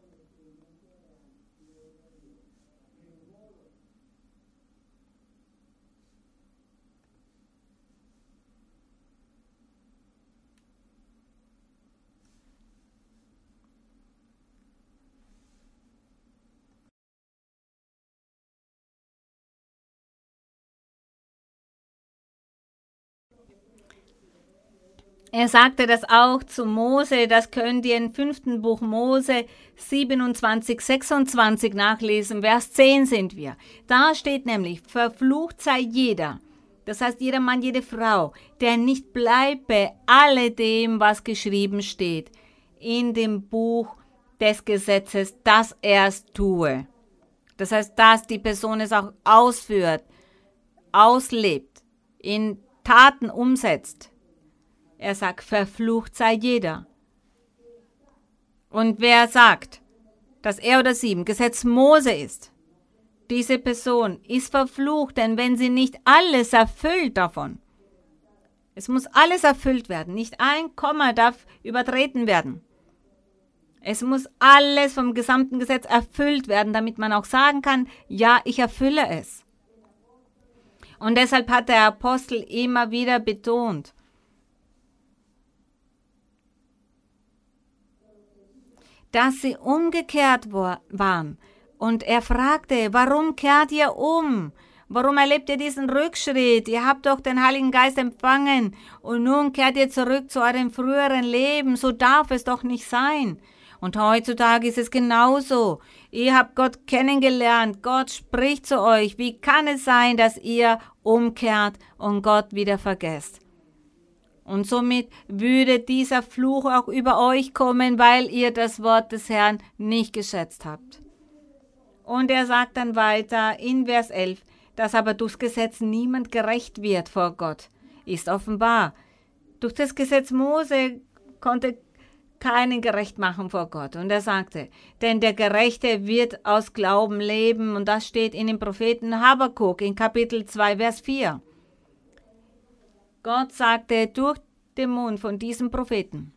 Speaker 1: Er sagte das auch zu Mose, das könnt ihr im fünften Buch Mose siebenundzwanzig, sechsundzwanzig nachlesen, Vers zehn sind wir. Da steht nämlich, verflucht sei jeder, das heißt jeder Mann, jede Frau, der nicht bleibe alledem, was geschrieben steht, in dem Buch des Gesetzes, dass er es tue. Das heißt, dass die Person es auch ausführt, auslebt, in Taten umsetzt. Er sagt, verflucht sei jeder. Und wer sagt, dass er oder sie im Gesetz Mose ist, diese Person ist verflucht, denn wenn sie nicht alles erfüllt davon, es muss alles erfüllt werden, nicht ein Komma darf übertreten werden. Es muss alles vom gesamten Gesetz erfüllt werden, damit man auch sagen kann, ja, ich erfülle es. Und deshalb hat der Apostel immer wieder betont, dass sie umgekehrt waren. Und er fragte, warum kehrt ihr um? Warum erlebt ihr diesen Rückschritt? Ihr habt doch den Heiligen Geist empfangen und nun kehrt ihr zurück zu eurem früheren Leben. So darf es doch nicht sein. Und heutzutage ist es genauso. Ihr habt Gott kennengelernt. Gott spricht zu euch. Wie kann es sein, dass ihr umkehrt und Gott wieder vergesst? Und somit würde dieser Fluch auch über euch kommen, weil ihr das Wort des Herrn nicht geschätzt habt. Und er sagt dann weiter in Vers elf, dass aber durchs Gesetz niemand gerecht wird vor Gott, ist offenbar. Durch das Gesetz Mose konnte keinen gerecht machen vor Gott. Und er sagte, denn der Gerechte wird aus Glauben leben. Und das steht in dem Propheten Habakuk in Kapitel zwei, Vers vier. Gott sagte durch den Mund von diesem Propheten,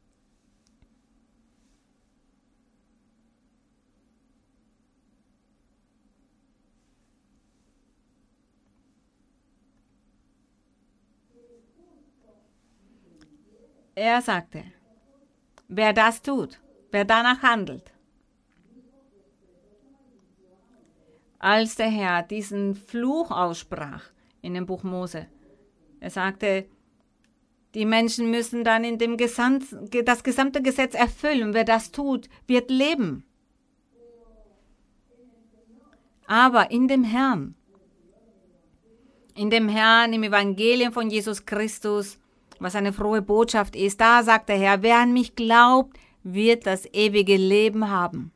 Speaker 1: er sagte, wer das tut, wer danach handelt, als der Herr diesen Fluch aussprach in dem Buch Mose, er sagte, die Menschen müssen dann in dem Gesamt, das gesamte Gesetz erfüllen. Wer das tut, wird leben. Aber in dem Herrn, in dem Herrn, im Evangelium von Jesus Christus, was eine frohe Botschaft ist, da sagt der Herr, wer an mich glaubt, wird das ewige Leben haben.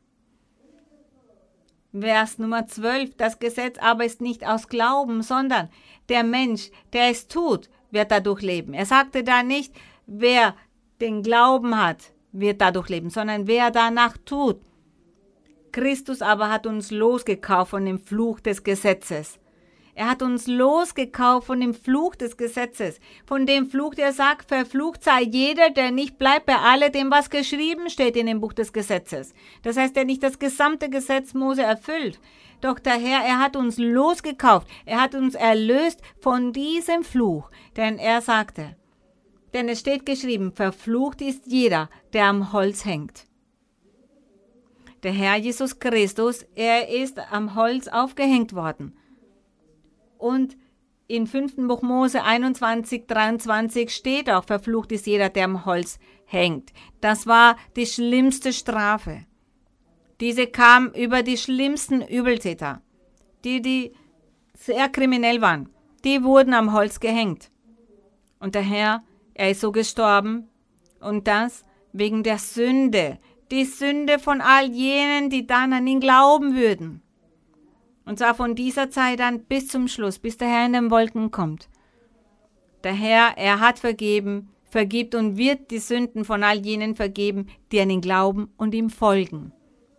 Speaker 1: Vers Nummer zwölf, das Gesetz aber ist nicht aus Glauben, sondern der Mensch, der es tut, wird dadurch leben. Er sagte da nicht, wer den Glauben hat, wird dadurch leben, sondern wer danach tut. Christus aber hat uns losgekauft von dem Fluch des Gesetzes. Er hat uns losgekauft von dem Fluch des Gesetzes, von dem Fluch, der sagt, verflucht sei jeder, der nicht bleibt bei alledem, was geschrieben steht in dem Buch des Gesetzes. Das heißt, der nicht das gesamte Gesetz Mose erfüllt. Doch der Herr, er hat uns losgekauft, er hat uns erlöst von diesem Fluch, denn er sagte, denn es steht geschrieben, verflucht ist jeder, der am Holz hängt. Der Herr Jesus Christus, er ist am Holz aufgehängt worden. Und in fünften Buch Mose einundzwanzig, dreiundzwanzig steht auch, verflucht ist jeder, der am Holz hängt. Das war die schlimmste Strafe. Diese kam über die schlimmsten Übeltäter, die, die sehr kriminell waren. Die wurden am Holz gehängt. Und der Herr, er ist so gestorben. Und das wegen der Sünde. Die Sünde von all jenen, die dann an ihn glauben würden. Und zwar von dieser Zeit an bis zum Schluss, bis der Herr in den Wolken kommt. Der Herr, er hat vergeben, vergibt und wird die Sünden von all jenen vergeben, die an ihn glauben und ihm folgen.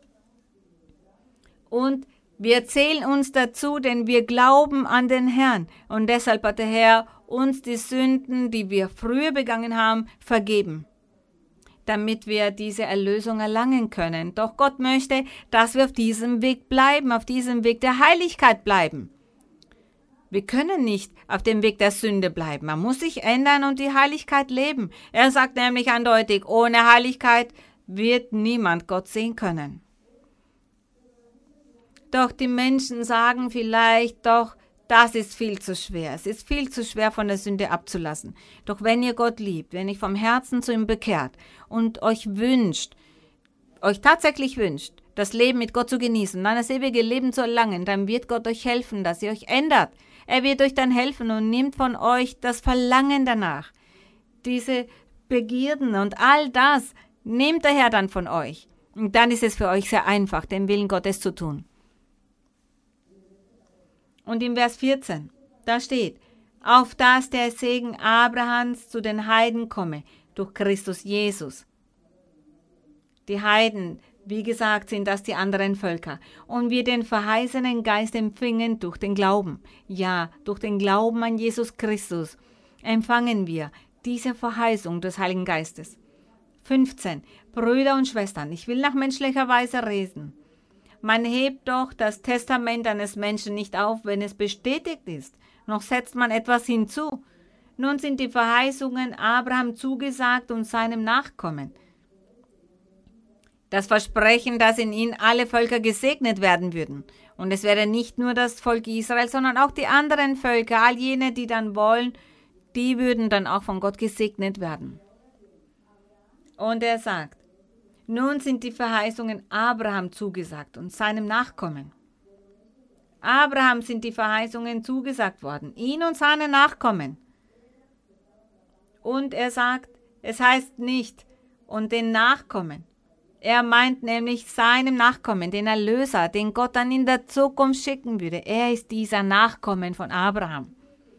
Speaker 1: Und wir zählen uns dazu, denn wir glauben an den Herrn. Und deshalb hat der Herr uns die Sünden, die wir früher begangen haben, vergeben, damit wir diese Erlösung erlangen können. Doch Gott möchte, dass wir auf diesem Weg bleiben, auf diesem Weg der Heiligkeit bleiben. Wir können nicht auf dem Weg der Sünde bleiben. Man muss sich ändern und die Heiligkeit leben. Er sagt nämlich eindeutig, ohne Heiligkeit wird niemand Gott sehen können. Doch die Menschen sagen vielleicht, doch, das ist viel zu schwer. Es ist viel zu schwer, von der Sünde abzulassen. Doch wenn ihr Gott liebt, wenn ihr vom Herzen zu ihm bekehrt und euch wünscht, euch tatsächlich wünscht, das Leben mit Gott zu genießen, dann das ewige Leben zu erlangen, dann wird Gott euch helfen, dass ihr euch ändert. Er wird euch dann helfen und nimmt von euch das Verlangen danach. Diese Begierden und all das nimmt der Herr dann von euch. Und dann ist es für euch sehr einfach, den Willen Gottes zu tun. Und im Vers vierzehn, da steht, auf dass der Segen Abrahams zu den Heiden komme, durch Christus Jesus. Die Heiden, wie gesagt, sind das die anderen Völker. Und wir den verheißenen Geist empfingen durch den Glauben. Ja, durch den Glauben an Jesus Christus empfangen wir diese Verheißung des Heiligen Geistes. fünfzehn. Brüder und Schwestern, ich will nach menschlicher Weise reden. Man hebt doch das Testament eines Menschen nicht auf, wenn es bestätigt ist, noch setzt man etwas hinzu. Nun sind die Verheißungen Abraham zugesagt und seinem Nachkommen. Das Versprechen, dass in ihnen alle Völker gesegnet werden würden. Und es wäre nicht nur das Volk Israel, sondern auch die anderen Völker, all jene, die dann wollen, die würden dann auch von Gott gesegnet werden. Und er sagt, nun sind die Verheißungen Abraham zugesagt und seinem Nachkommen. Abraham sind die Verheißungen zugesagt worden, ihn und seine Nachkommen. Und er sagt, es heißt nicht, und den Nachkommen. Er meint nämlich seinem Nachkommen, den Erlöser, den Gott dann in der Zukunft schicken würde. Er ist dieser Nachkommen von Abraham.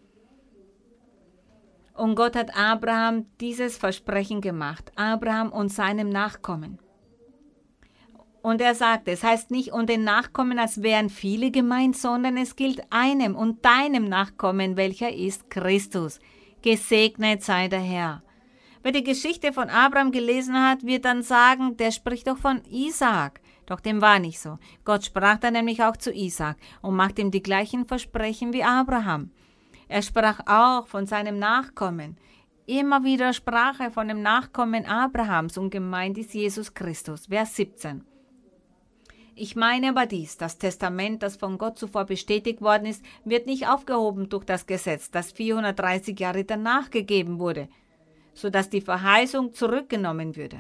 Speaker 1: Und Gott hat Abraham dieses Versprechen gemacht, Abraham und seinem Nachkommen. Und er sagt, es heißt nicht und den Nachkommen, als wären viele gemeint, sondern es gilt einem und deinem Nachkommen, welcher ist Christus. Gesegnet sei der Herr. Wer die Geschichte von Abraham gelesen hat, wird dann sagen, der spricht doch von Isaak. Doch dem war nicht so. Gott sprach dann nämlich auch zu Isaak und macht ihm die gleichen Versprechen wie Abraham. Er sprach auch von seinem Nachkommen. Immer wieder sprach er von dem Nachkommen Abrahams und gemeint ist Jesus Christus. Vers siebzehn. Ich meine aber dies, das Testament, das von Gott zuvor bestätigt worden ist, wird nicht aufgehoben durch das Gesetz, das vierhundertdreißig Jahre danach gegeben wurde, sodass die Verheißung zurückgenommen würde.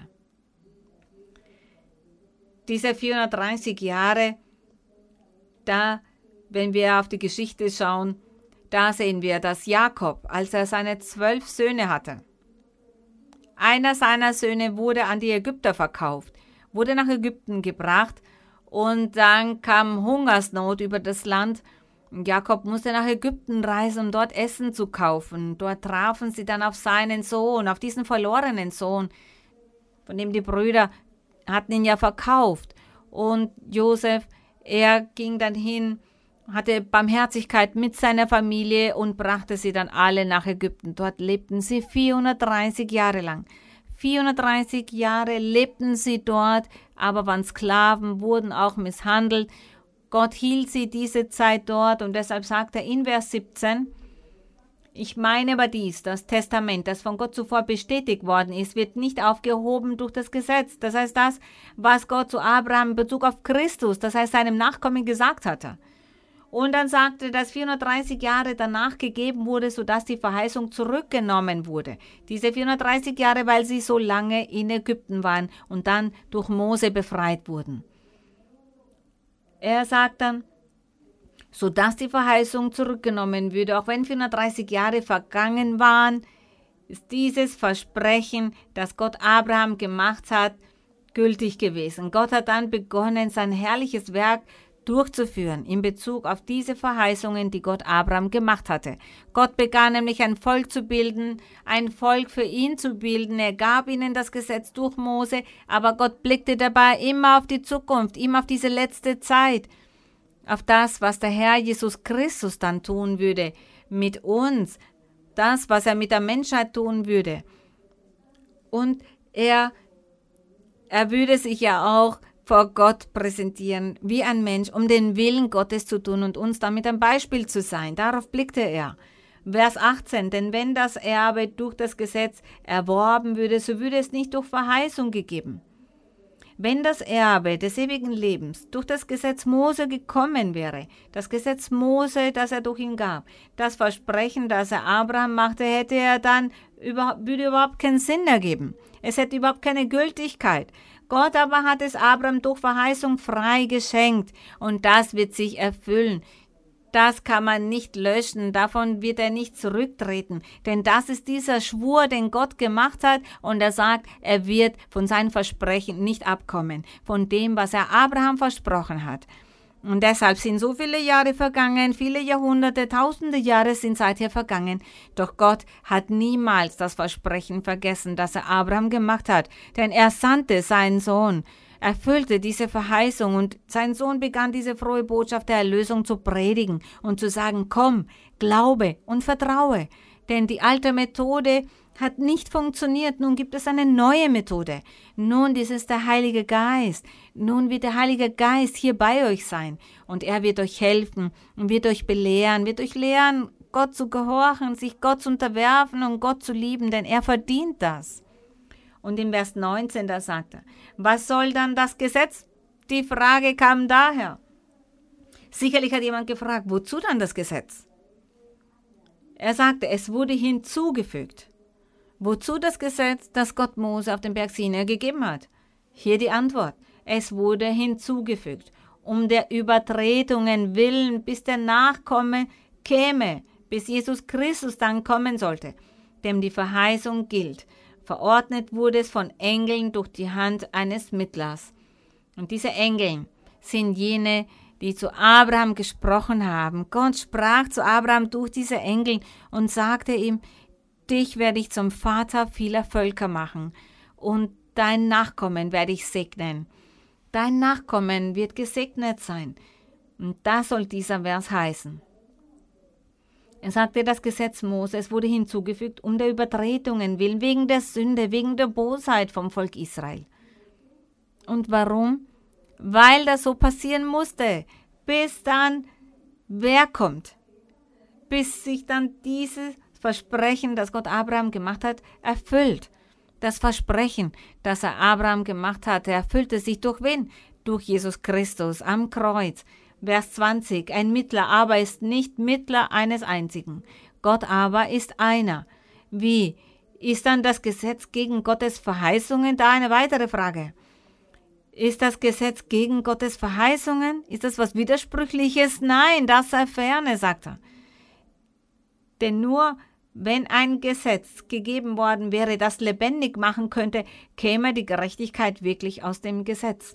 Speaker 1: Diese vierhundertdreißig Jahre, da, wenn wir auf die Geschichte schauen, da sehen wir, dass Jakob, als er seine zwölf Söhne hatte, einer seiner Söhne wurde an die Ägypter verkauft, wurde nach Ägypten gebracht und dann kam Hungersnot über das Land. Jakob musste nach Ägypten reisen, um dort Essen zu kaufen. Dort trafen sie dann auf seinen Sohn, auf diesen verlorenen Sohn, von dem die Brüder hatten ihn ja verkauft. Und Josef, er ging dann hin, hatte Barmherzigkeit mit seiner Familie und brachte sie dann alle nach Ägypten. Dort lebten sie vierhundertdreißig Jahre lang. vierhundertdreißig Jahre lebten sie dort, aber waren Sklaven, wurden auch misshandelt. Gott hielt sie diese Zeit dort und deshalb sagt er in Vers siebzehn, ich meine aber dies, das Testament, das von Gott zuvor bestätigt worden ist, wird nicht aufgehoben durch das Gesetz. Das heißt das, was Gott zu Abraham in Bezug auf Christus, das heißt seinem Nachkommen gesagt hatte. Und dann sagte, dass vierhundertdreißig Jahre danach gegeben wurde, sodass die Verheißung zurückgenommen wurde. Diese vierhundertdreißig Jahre, weil sie so lange in Ägypten waren und dann durch Mose befreit wurden. Er sagt dann, sodass die Verheißung zurückgenommen würde, auch wenn vierhundertdreißig Jahre vergangen waren, ist dieses Versprechen, das Gott Abraham gemacht hat, gültig gewesen. Gott hat dann begonnen, sein herrliches Werk durchzuführen in Bezug auf diese Verheißungen, die Gott Abraham gemacht hatte. Gott begann nämlich ein Volk zu bilden, ein Volk für ihn zu bilden. Er gab ihnen das Gesetz durch Mose, aber Gott blickte dabei immer auf die Zukunft, immer auf diese letzte Zeit, auf das, was der Herr Jesus Christus dann tun würde mit uns, das, was er mit der Menschheit tun würde. Und er, er würde sich ja auch vor Gott präsentieren, wie ein Mensch, um den Willen Gottes zu tun und uns damit ein Beispiel zu sein. Darauf blickte er. Vers achtzehn, denn wenn das Erbe durch das Gesetz erworben würde, so würde es nicht durch Verheißung gegeben. Wenn das Erbe des ewigen Lebens durch das Gesetz Mose gekommen wäre, das Gesetz Mose, das er durch ihn gab, das Versprechen, das er Abraham machte, hätte er dann über, würde überhaupt keinen Sinn ergeben. Es hätte überhaupt keine Gültigkeit. Gott aber hat es Abraham durch Verheißung frei geschenkt und das wird sich erfüllen. Das kann man nicht löschen, davon wird er nicht zurücktreten, denn das ist dieser Schwur, den Gott gemacht hat und er sagt, er wird von seinen Versprechen nicht abkommen, von dem, was er Abraham versprochen hat. Und deshalb sind so viele Jahre vergangen, viele Jahrhunderte, tausende Jahre sind seither vergangen. Doch Gott hat niemals das Versprechen vergessen, das er Abraham gemacht hat. Denn er sandte seinen Sohn, erfüllte diese Verheißung und sein Sohn begann diese frohe Botschaft der Erlösung zu predigen und zu sagen, komm, glaube und vertraue. Denn die alte Methode hat nicht funktioniert. Nun gibt es eine neue Methode. Nun, dies ist der Heilige Geist. Nun wird der Heilige Geist hier bei euch sein. Und er wird euch helfen und wird euch belehren, wird euch lehren, Gott zu gehorchen, sich Gott zu unterwerfen und Gott zu lieben, denn er verdient das. Und im Vers neunzehn, da sagt er, was soll dann das Gesetz? Die Frage kam daher. Sicherlich hat jemand gefragt, wozu dann das Gesetz? Er sagte, es wurde hinzugefügt. Wozu das Gesetz, das Gott Mose auf dem Berg Sinai gegeben hat? Hier die Antwort. Es wurde hinzugefügt, um der Übertretungen willen, bis der Nachkomme käme, bis Jesus Christus dann kommen sollte, dem die Verheißung gilt. Verordnet wurde es von Engeln durch die Hand eines Mittlers. Und diese Engel sind jene, die zu Abraham gesprochen haben. Gott sprach zu Abraham durch diese Engel und sagte ihm, dich werde ich zum Vater vieler Völker machen und dein Nachkommen werde ich segnen. Dein Nachkommen wird gesegnet sein. Und das soll dieser Vers heißen. Er sagte, das Gesetz Moses wurde hinzugefügt, um der Übertretungen willen, wegen der Sünde, wegen der Bosheit vom Volk Israel. Und warum? Weil das so passieren musste, bis dann wer kommt? Bis sich dann dieses Versprechen, das Gott Abraham gemacht hat, erfüllt. Das Versprechen, das er Abraham gemacht hatte, erfüllte sich durch wen? Durch Jesus Christus am Kreuz. Vers zwanzig, ein Mittler aber ist nicht Mittler eines einzigen. Gott aber ist einer. Wie? Ist dann das Gesetz gegen Gottes Verheißungen? Da eine weitere Frage. Ist das Gesetz gegen Gottes Verheißungen? Ist das was Widersprüchliches? Nein, das sei ferne, sagt er. Denn nur wenn ein Gesetz gegeben worden wäre, das lebendig machen könnte, käme die Gerechtigkeit wirklich aus dem Gesetz.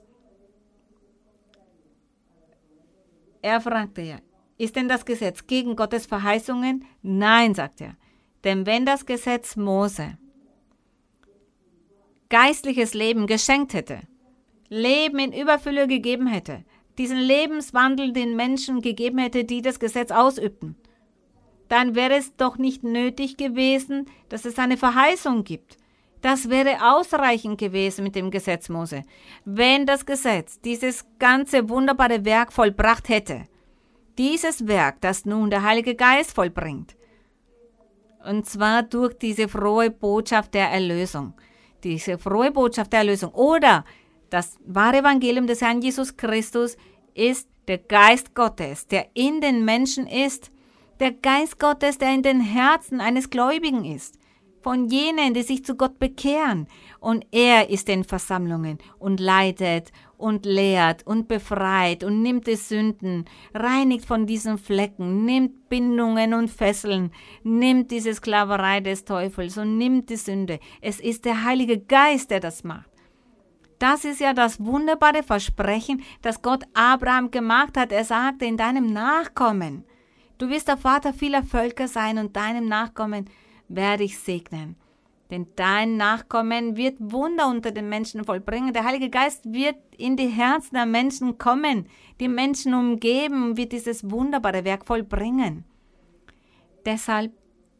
Speaker 1: Er fragte ja, ist denn das Gesetz gegen Gottes Verheißungen? Nein, sagt er. Denn wenn das Gesetz Mose geistliches Leben geschenkt hätte, Leben in Überfülle gegeben hätte, diesen Lebenswandel den Menschen gegeben hätte, die das Gesetz ausübten, dann wäre es doch nicht nötig gewesen, dass es eine Verheißung gibt. Das wäre ausreichend gewesen mit dem Gesetz Mose, wenn das Gesetz dieses ganze wunderbare Werk vollbracht hätte. Dieses Werk, das nun der Heilige Geist vollbringt. Und zwar durch diese frohe Botschaft der Erlösung. Diese frohe Botschaft der Erlösung oder das wahre Evangelium des Herrn Jesus Christus ist der Geist Gottes, der in den Menschen ist. Der Geist Gottes, der in den Herzen eines Gläubigen ist. Von jenen, die sich zu Gott bekehren. Und er ist in Versammlungen und leitet und lehrt und befreit und nimmt die Sünden, reinigt von diesen Flecken, nimmt Bindungen und Fesseln, nimmt diese Sklaverei des Teufels und nimmt die Sünde. Es ist der Heilige Geist, der das macht. Das ist ja das wunderbare Versprechen, das Gott Abraham gemacht hat. Er sagte, in deinem Nachkommen, du wirst der Vater vieler Völker sein und deinem Nachkommen werde ich segnen. Denn dein Nachkommen wird Wunder unter den Menschen vollbringen. Der Heilige Geist wird in die Herzen der Menschen kommen, die Menschen umgeben und wird dieses wunderbare Werk vollbringen. Deshalb,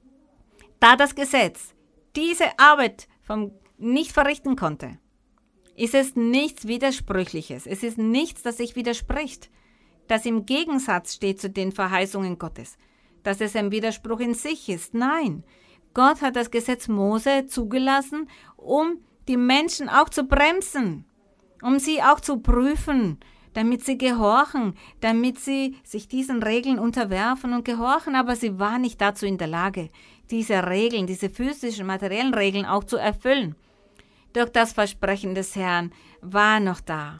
Speaker 1: da das Gesetz diese Arbeit vom nicht verrichten konnte, ist es nichts Widersprüchliches. Es ist nichts, das sich widerspricht, das im Gegensatz steht zu den Verheißungen Gottes, dass es ein Widerspruch in sich ist. Nein, Gott hat das Gesetz Mose zugelassen, um die Menschen auch zu bremsen, um sie auch zu prüfen, damit sie gehorchen, damit sie sich diesen Regeln unterwerfen und gehorchen, aber sie waren nicht dazu in der Lage, diese Regeln, diese physischen, materiellen Regeln auch zu erfüllen. Doch das Versprechen des Herrn war noch da.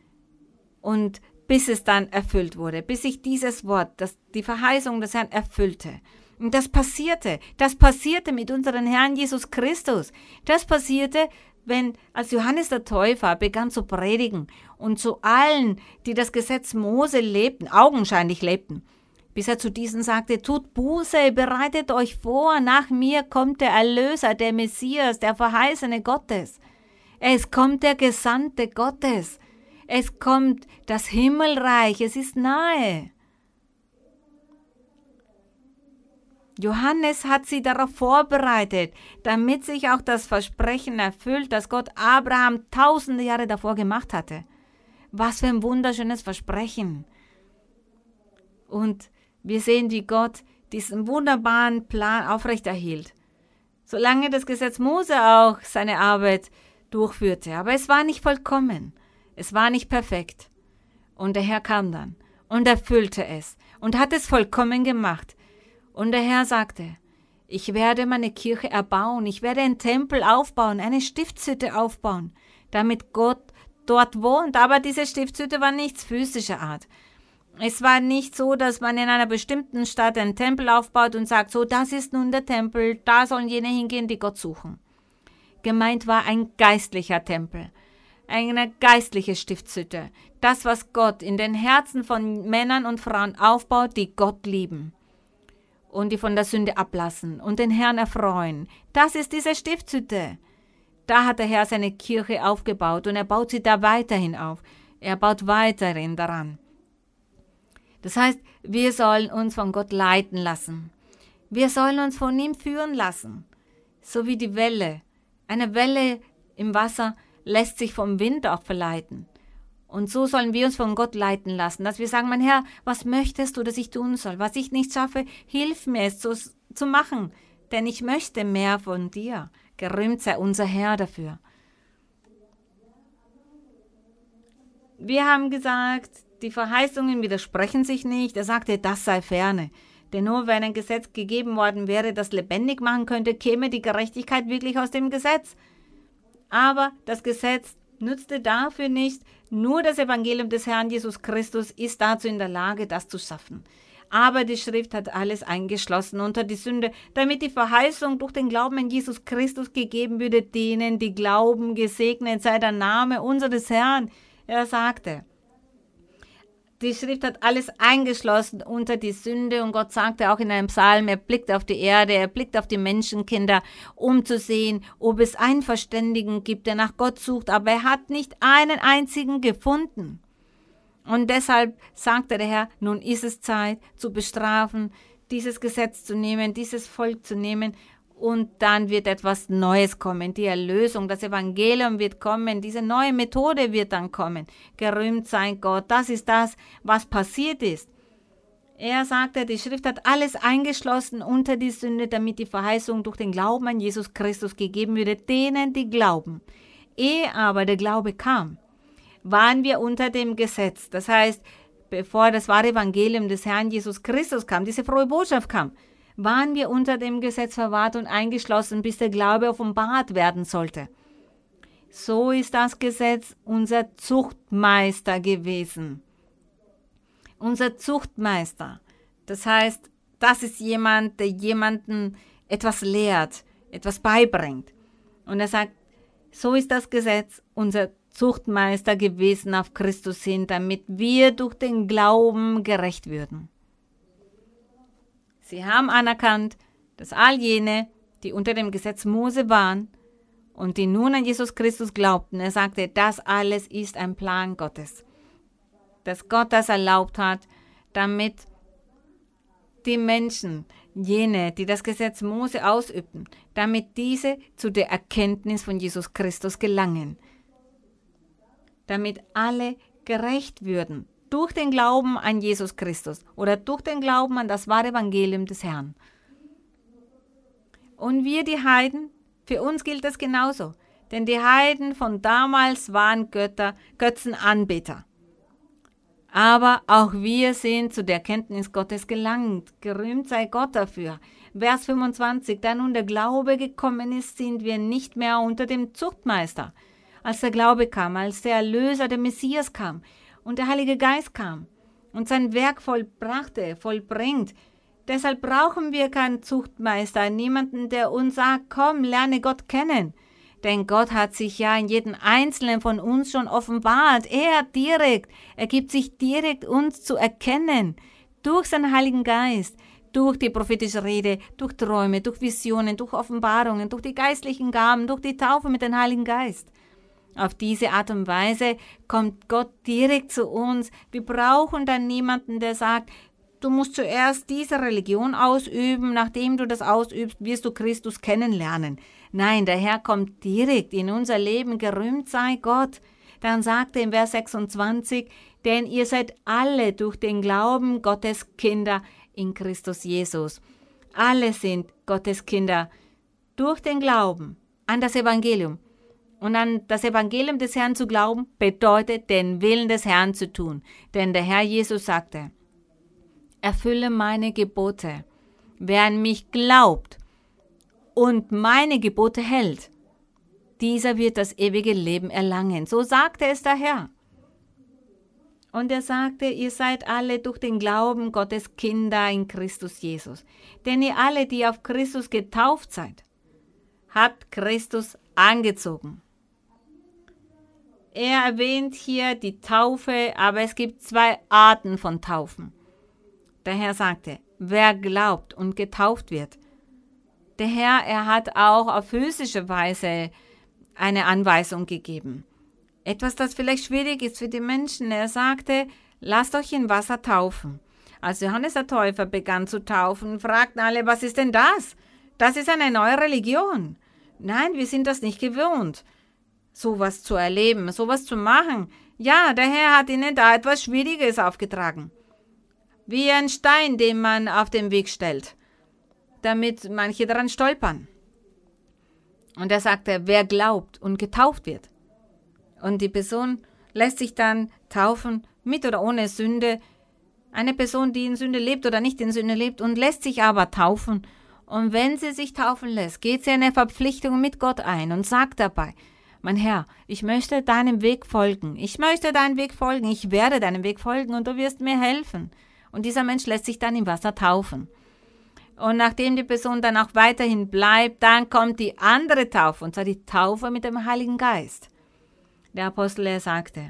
Speaker 1: Und bis es dann erfüllt wurde, bis sich dieses Wort, das, die Verheißung des Herrn erfüllte. Und das passierte, das passierte mit unserem Herrn Jesus Christus. Das passierte, wenn, als Johannes der Täufer begann zu predigen und zu allen, die das Gesetz Mose lebten, augenscheinlich lebten, bis er zu diesen sagte, tut Buße, bereitet euch vor, nach mir kommt der Erlöser, der Messias, der Verheißene Gottes. Es kommt der Gesandte Gottes. Es kommt das Himmelreich, es ist nahe. Johannes hat sie darauf vorbereitet, damit sich auch das Versprechen erfüllt, das Gott Abraham tausende Jahre davor gemacht hatte. Was für ein wunderschönes Versprechen. Und wir sehen, wie Gott diesen wunderbaren Plan aufrechterhielt. solange das Gesetz Mose auch seine Arbeit durchführte. Aber es war nicht vollkommen. Es war nicht perfekt. Und der Herr kam dann und erfüllte es und hat es vollkommen gemacht. Und der Herr sagte, ich werde meine Kirche erbauen, ich werde einen Tempel aufbauen, eine Stiftshütte aufbauen, damit Gott dort wohnt. Aber diese Stiftshütte war nichts physischer Art. Es war nicht so, dass man in einer bestimmten Stadt einen Tempel aufbaut und sagt, so, das ist nun der Tempel, da sollen jene hingehen, die Gott suchen. Gemeint war ein geistlicher Tempel, eine geistliche Stiftshütte, das, was Gott in den Herzen von Männern und Frauen aufbaut, die Gott lieben und die von der Sünde ablassen und den Herrn erfreuen. Das ist diese Stiftshütte. Da hat der Herr seine Kirche aufgebaut und er baut sie da weiterhin auf. Er baut weiterhin daran. Das heißt, wir sollen uns von Gott leiten lassen. Wir sollen uns von ihm führen lassen. So wie die Welle. Eine Welle im Wasser lässt sich vom Wind auch verleiten. Und so sollen wir uns von Gott leiten lassen, dass wir sagen, mein Herr, was möchtest du, dass ich tun soll? Was ich nicht schaffe, hilf mir es zu, zu machen, denn ich möchte mehr von dir. Gerühmt sei unser Herr dafür. Wir haben gesagt, die Verheißungen widersprechen sich nicht. Er sagte, das sei ferne. Denn nur wenn ein Gesetz gegeben worden wäre, das lebendig machen könnte, käme die Gerechtigkeit wirklich aus dem Gesetz. Aber das Gesetz nützte dafür nicht. Nur das Evangelium des Herrn Jesus Christus ist dazu in der Lage, das zu schaffen. Aber die Schrift hat alles eingeschlossen unter die Sünde, damit die Verheißung durch den Glauben an Jesus Christus gegeben würde, denen, die glauben, gesegnet sei der Name unseres Herrn. Er sagte, die Schrift hat alles eingeschlossen unter die Sünde und Gott sagte auch in einem Psalm, er blickt auf die Erde, er blickt auf die Menschenkinder, um zu sehen, ob es einen Verständigen gibt, der nach Gott sucht, aber er hat nicht einen einzigen gefunden. Und deshalb sagte der Herr, nun ist es Zeit zu bestrafen, dieses Gesetz zu nehmen, dieses Volk zu nehmen und dann wird etwas Neues kommen. Die Erlösung, das Evangelium wird kommen, diese neue Methode wird dann kommen. Gerühmt sei Gott, das ist das, was passiert ist. Er sagte, die Schrift hat alles eingeschlossen unter die Sünde, damit die Verheißung durch den Glauben an Jesus Christus gegeben würde, denen, die glauben. Ehe aber der Glaube kam, waren wir unter dem Gesetz. Das heißt, bevor das wahre Evangelium des Herrn Jesus Christus kam, diese frohe Botschaft kam, waren wir unter dem Gesetz verwahrt und eingeschlossen, bis der Glaube offenbart werden sollte. So ist das Gesetz unser Zuchtmeister gewesen. Unser Zuchtmeister. Das heißt, das ist jemand, der jemanden etwas lehrt, etwas beibringt. Und er sagt, so ist das Gesetz unser Zuchtmeister gewesen auf Christus hin, damit wir durch den Glauben gerecht würden. Sie haben anerkannt, dass all jene, die unter dem Gesetz Mose waren und die nun an Jesus Christus glaubten, er sagte, das alles ist ein Plan Gottes. Dass Gott das erlaubt hat, damit die Menschen, jene, die das Gesetz Mose ausübten, damit diese zu der Erkenntnis von Jesus Christus gelangen. Damit alle gerecht würden. Durch den Glauben an Jesus Christus oder durch den Glauben an das wahre Evangelium des Herrn. Und wir, die Heiden, für uns gilt das genauso. Denn die Heiden von damals waren Götter, Götzenanbeter. Aber auch wir sind zu der Erkenntnis Gottes gelangt. Gerühmt sei Gott dafür. Vers fünfundzwanzig, da nun der Glaube gekommen ist, sind wir nicht mehr unter dem Zuchtmeister. Als der Glaube kam, als der Erlöser, der Messias kam, und der Heilige Geist kam und sein Werk vollbrachte, vollbringt. Deshalb brauchen wir keinen Zuchtmeister, niemanden, der uns sagt, komm, lerne Gott kennen. Denn Gott hat sich ja in jedem Einzelnen von uns schon offenbart. Er direkt, er gibt sich direkt uns zu erkennen. Durch seinen Heiligen Geist, durch die prophetische Rede, durch Träume, durch Visionen, durch Offenbarungen, durch die geistlichen Gaben, durch die Taufe mit dem Heiligen Geist. Auf diese Art und Weise kommt Gott direkt zu uns. Wir brauchen dann niemanden, der sagt, du musst zuerst diese Religion ausüben, nachdem du das ausübst, wirst du Christus kennenlernen. Nein, der Herr kommt direkt in unser Leben, gerühmt sei Gott. Dann sagt er in Vers sechsundzwanzig, denn ihr seid alle durch den Glauben Gottes Kinder in Christus Jesus. Alle sind Gottes Kinder durch den Glauben an das Evangelium. Und an das Evangelium des Herrn zu glauben, bedeutet, den Willen des Herrn zu tun. Denn der Herr Jesus sagte, erfülle meine Gebote. Wer an mich glaubt und meine Gebote hält, dieser wird das ewige Leben erlangen. So sagte es der Herr. Und er sagte, ihr seid alle durch den Glauben Gottes Kinder in Christus Jesus. Denn ihr alle, die auf Christus getauft seid, habt Christus angezogen. Er erwähnt hier die Taufe, aber es gibt zwei Arten von Taufen. Der Herr sagte, wer glaubt und getauft wird. Der Herr, er hat auch auf physische Weise eine Anweisung gegeben. Etwas, das vielleicht schwierig ist für die Menschen. Er sagte, lasst euch in Wasser taufen. Als Johannes der Täufer begann zu taufen, fragten alle, was ist denn das? Das ist eine neue Religion. Nein, wir sind das nicht gewohnt, sowas zu erleben, sowas zu machen. Ja, der Herr hat ihnen da etwas Schwieriges aufgetragen. Wie ein Stein, den man auf den Weg stellt, damit manche daran stolpern. Und er sagte, wer glaubt und getauft wird. Und die Person lässt sich dann taufen, mit oder ohne Sünde. Eine Person, die in Sünde lebt oder nicht in Sünde lebt und lässt sich aber taufen. Und wenn sie sich taufen lässt, geht sie eine Verpflichtung mit Gott ein und sagt dabei, mein Herr, ich möchte deinem Weg folgen. Ich möchte deinem Weg folgen. Ich werde deinem Weg folgen und du wirst mir helfen. Und dieser Mensch lässt sich dann im Wasser taufen. Und nachdem die Person dann auch weiterhin bleibt, dann kommt die andere Taufe, und zwar die Taufe mit dem Heiligen Geist. Der Apostel, er sagte,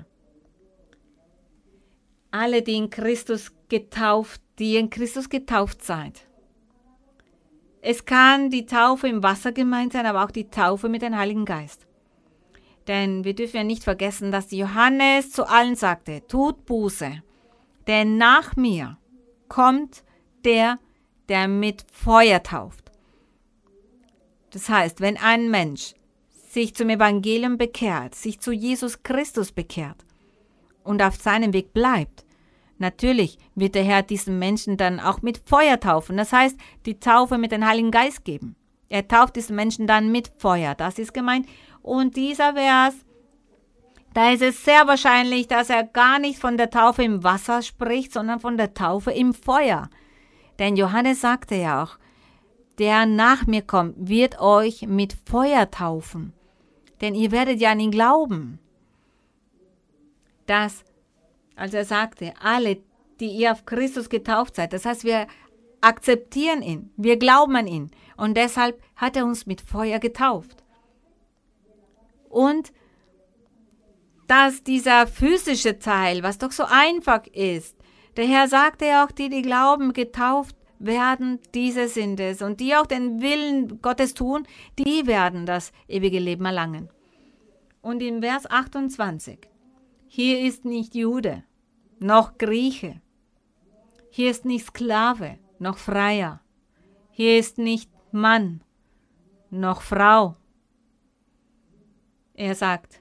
Speaker 1: alle, die in Christus getauft, die in Christus getauft seid. Es kann die Taufe im Wasser gemeint sein, aber auch die Taufe mit dem Heiligen Geist. Denn wir dürfen ja nicht vergessen, dass Johannes zu allen sagte, tut Buße, denn nach mir kommt der, der mit Feuer tauft. Das heißt, wenn ein Mensch sich zum Evangelium bekehrt, sich zu Jesus Christus bekehrt und auf seinem Weg bleibt, natürlich wird der Herr diesen Menschen dann auch mit Feuer taufen. Das heißt, die Taufe mit dem Heiligen Geist geben. Er tauft diesen Menschen dann mit Feuer. Das ist gemeint. Und dieser Vers, da ist es sehr wahrscheinlich, dass er gar nicht von der Taufe im Wasser spricht, sondern von der Taufe im Feuer. Denn Johannes sagte ja auch, der nach mir kommt, wird euch mit Feuer taufen. Denn ihr werdet ja an ihn glauben. Das, als er sagte, alle, die ihr auf Christus getauft seid, das heißt, wir akzeptieren ihn, wir glauben an ihn. Und deshalb hat er uns mit Feuer getauft. Und dass dieser physische Teil, was doch so einfach ist, der Herr sagte ja auch, die, die glauben, getauft werden, diese sind es. Und die auch den Willen Gottes tun, die werden das ewige Leben erlangen. Und in Vers achtundzwanzig, hier ist nicht Jude, noch Grieche. Hier ist nicht Sklave, noch Freier. Hier ist nicht Mann, noch Frau. Er sagt,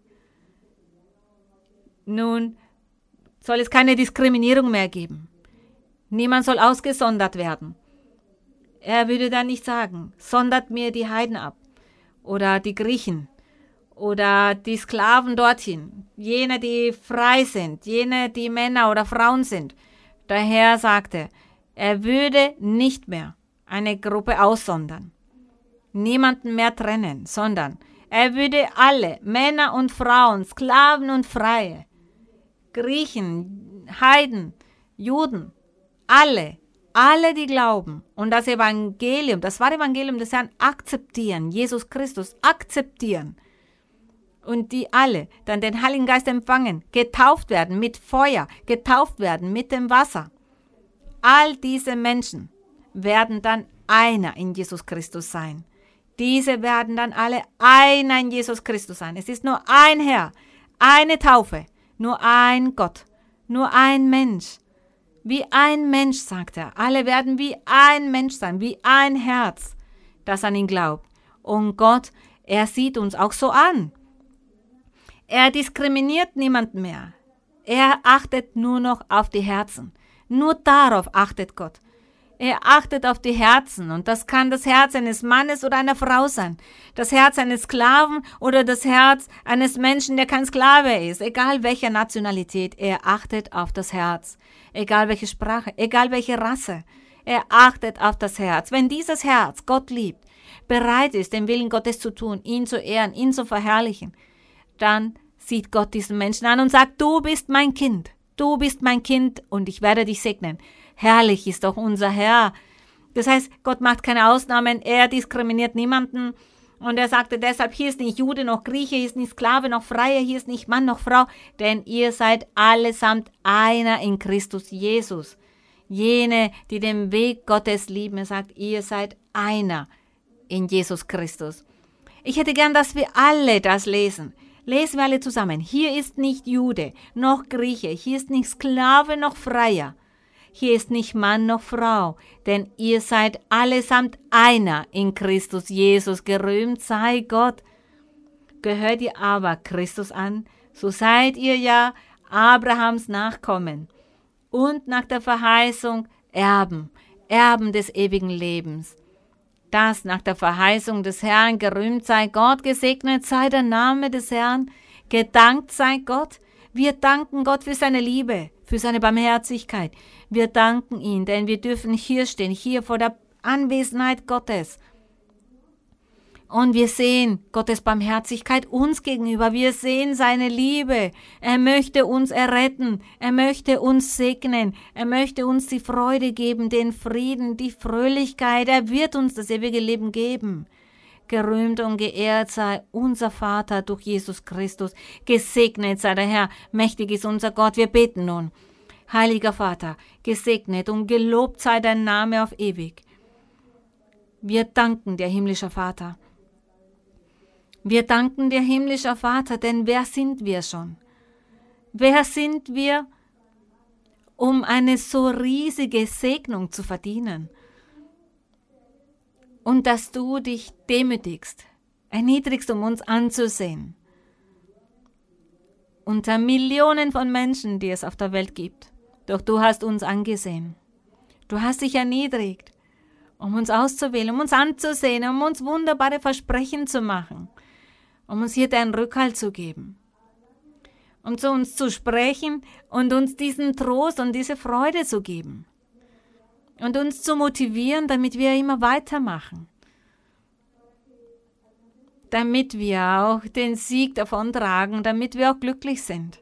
Speaker 1: nun soll es keine Diskriminierung mehr geben. Niemand soll ausgesondert werden. Er würde dann nicht sagen, sondert mir die Heiden ab oder die Griechen oder die Sklaven dorthin, jene, die frei sind, jene, die Männer oder Frauen sind. Der Herr sagte, er würde nicht mehr eine Gruppe aussondern, niemanden mehr trennen, sondern er würde alle, Männer und Frauen, Sklaven und Freie, Griechen, Heiden, Juden, alle, alle, die glauben und das Evangelium, das wahre Evangelium des Herrn akzeptieren, Jesus Christus akzeptieren und die alle dann den Heiligen Geist empfangen, getauft werden mit Feuer, getauft werden mit dem Wasser. All diese Menschen werden dann einer in Jesus Christus sein. Diese werden dann alle einer in Jesus Christus sein. Es ist nur ein Herr, eine Taufe, nur ein Gott, nur ein Mensch. Wie ein Mensch, sagt er. Alle werden wie ein Mensch sein, wie ein Herz, das an ihn glaubt. Und Gott, er sieht uns auch so an. Er diskriminiert niemanden mehr. Er achtet nur noch auf die Herzen. Nur darauf achtet Gott. Er achtet auf die Herzen und das kann das Herz eines Mannes oder einer Frau sein. Das Herz eines Sklaven oder das Herz eines Menschen, der kein Sklave ist. Egal welcher Nationalität, er achtet auf das Herz. Egal welche Sprache, egal welche Rasse. Er achtet auf das Herz. Wenn dieses Herz Gott liebt, bereit ist, den Willen Gottes zu tun, ihn zu ehren, ihn zu verherrlichen, dann sieht Gott diesen Menschen an und sagt, du bist mein Kind. Du bist mein Kind und ich werde dich segnen. Herrlich ist doch unser Herr. Das heißt, Gott macht keine Ausnahmen, er diskriminiert niemanden. Und er sagte deshalb, hier ist nicht Jude noch Grieche, hier ist nicht Sklave noch Freier, hier ist nicht Mann noch Frau, denn ihr seid allesamt einer in Christus Jesus. Jene, die den Weg Gottes lieben, er sagt, ihr seid einer in Jesus Christus. Ich hätte gern, dass wir alle das lesen. Lesen wir alle zusammen. Hier ist nicht Jude noch Grieche, hier ist nicht Sklave noch Freier. Hier ist nicht Mann noch Frau, denn ihr seid allesamt einer in Christus Jesus. Gerühmt sei Gott. Gehört ihr aber Christus an, so seid ihr ja Abrahams Nachkommen und nach der Verheißung Erben, Erben des ewigen Lebens. Das nach der Verheißung des Herrn, gerühmt sei Gott, gesegnet sei der Name des Herrn, gedankt sei Gott. Wir danken Gott für seine Liebe, für seine Barmherzigkeit. Wir danken ihm, denn wir dürfen hier stehen, hier vor der Anwesenheit Gottes. Und wir sehen Gottes Barmherzigkeit uns gegenüber. Wir sehen seine Liebe. Er möchte uns erretten. Er möchte uns segnen. Er möchte uns die Freude geben, den Frieden, die Fröhlichkeit. Er wird uns das ewige Leben geben. Gerühmt und geehrt sei unser Vater durch Jesus Christus. Gesegnet sei der Herr. Mächtig ist unser Gott. Wir beten nun. Heiliger Vater, gesegnet und gelobt sei dein Name auf ewig. Wir danken dir, himmlischer Vater. Wir danken dir, himmlischer Vater, denn wer sind wir schon? Wer sind wir, um eine so riesige Segnung zu verdienen? Und dass du dich demütigst, erniedrigst, um uns anzusehen. Unter Millionen von Menschen, die es auf der Welt gibt. Doch du hast uns angesehen. Du hast dich erniedrigt, um uns auszuwählen, um uns anzusehen, um uns wunderbare Versprechen zu machen, um uns hier deinen Rückhalt zu geben, um zu uns zu sprechen und uns diesen Trost und diese Freude zu geben und uns zu motivieren, damit wir immer weitermachen, damit wir auch den Sieg davontragen, damit wir auch glücklich sind,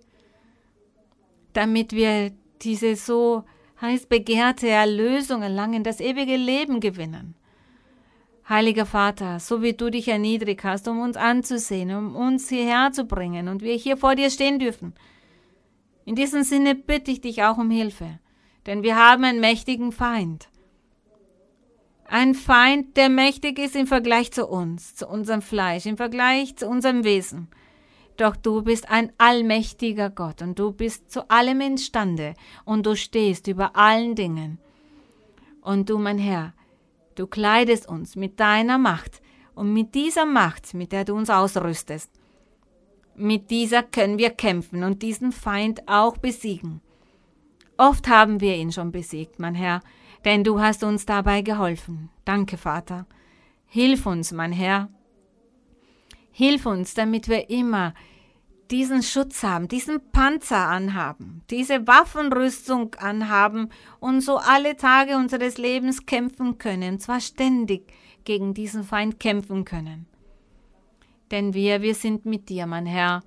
Speaker 1: damit wir diese so heiß begehrte Erlösung erlangen, das ewige Leben gewinnen. Heiliger Vater, so wie du dich erniedrigt hast, um uns anzusehen, um uns hierher zu bringen und wir hier vor dir stehen dürfen. In diesem Sinne bitte ich dich auch um Hilfe, denn wir haben einen mächtigen Feind. Ein Feind, der mächtig ist im Vergleich zu uns, zu unserem Fleisch, im Vergleich zu unserem Wesen. Doch du bist ein allmächtiger Gott und du bist zu allem imstande und du stehst über allen Dingen. Und du, mein Herr, du kleidest uns mit deiner Macht und mit dieser Macht, mit der du uns ausrüstest, mit dieser können wir kämpfen und diesen Feind auch besiegen. Oft haben wir ihn schon besiegt, mein Herr, denn du hast uns dabei geholfen. Danke, Vater. Hilf uns, mein Herr. Hilf uns, damit wir immer diesen Schutz haben, diesen Panzer anhaben, diese Waffenrüstung anhaben und so alle Tage unseres Lebens kämpfen können, zwar ständig gegen diesen Feind kämpfen können. Denn wir, wir sind mit dir, mein Herr.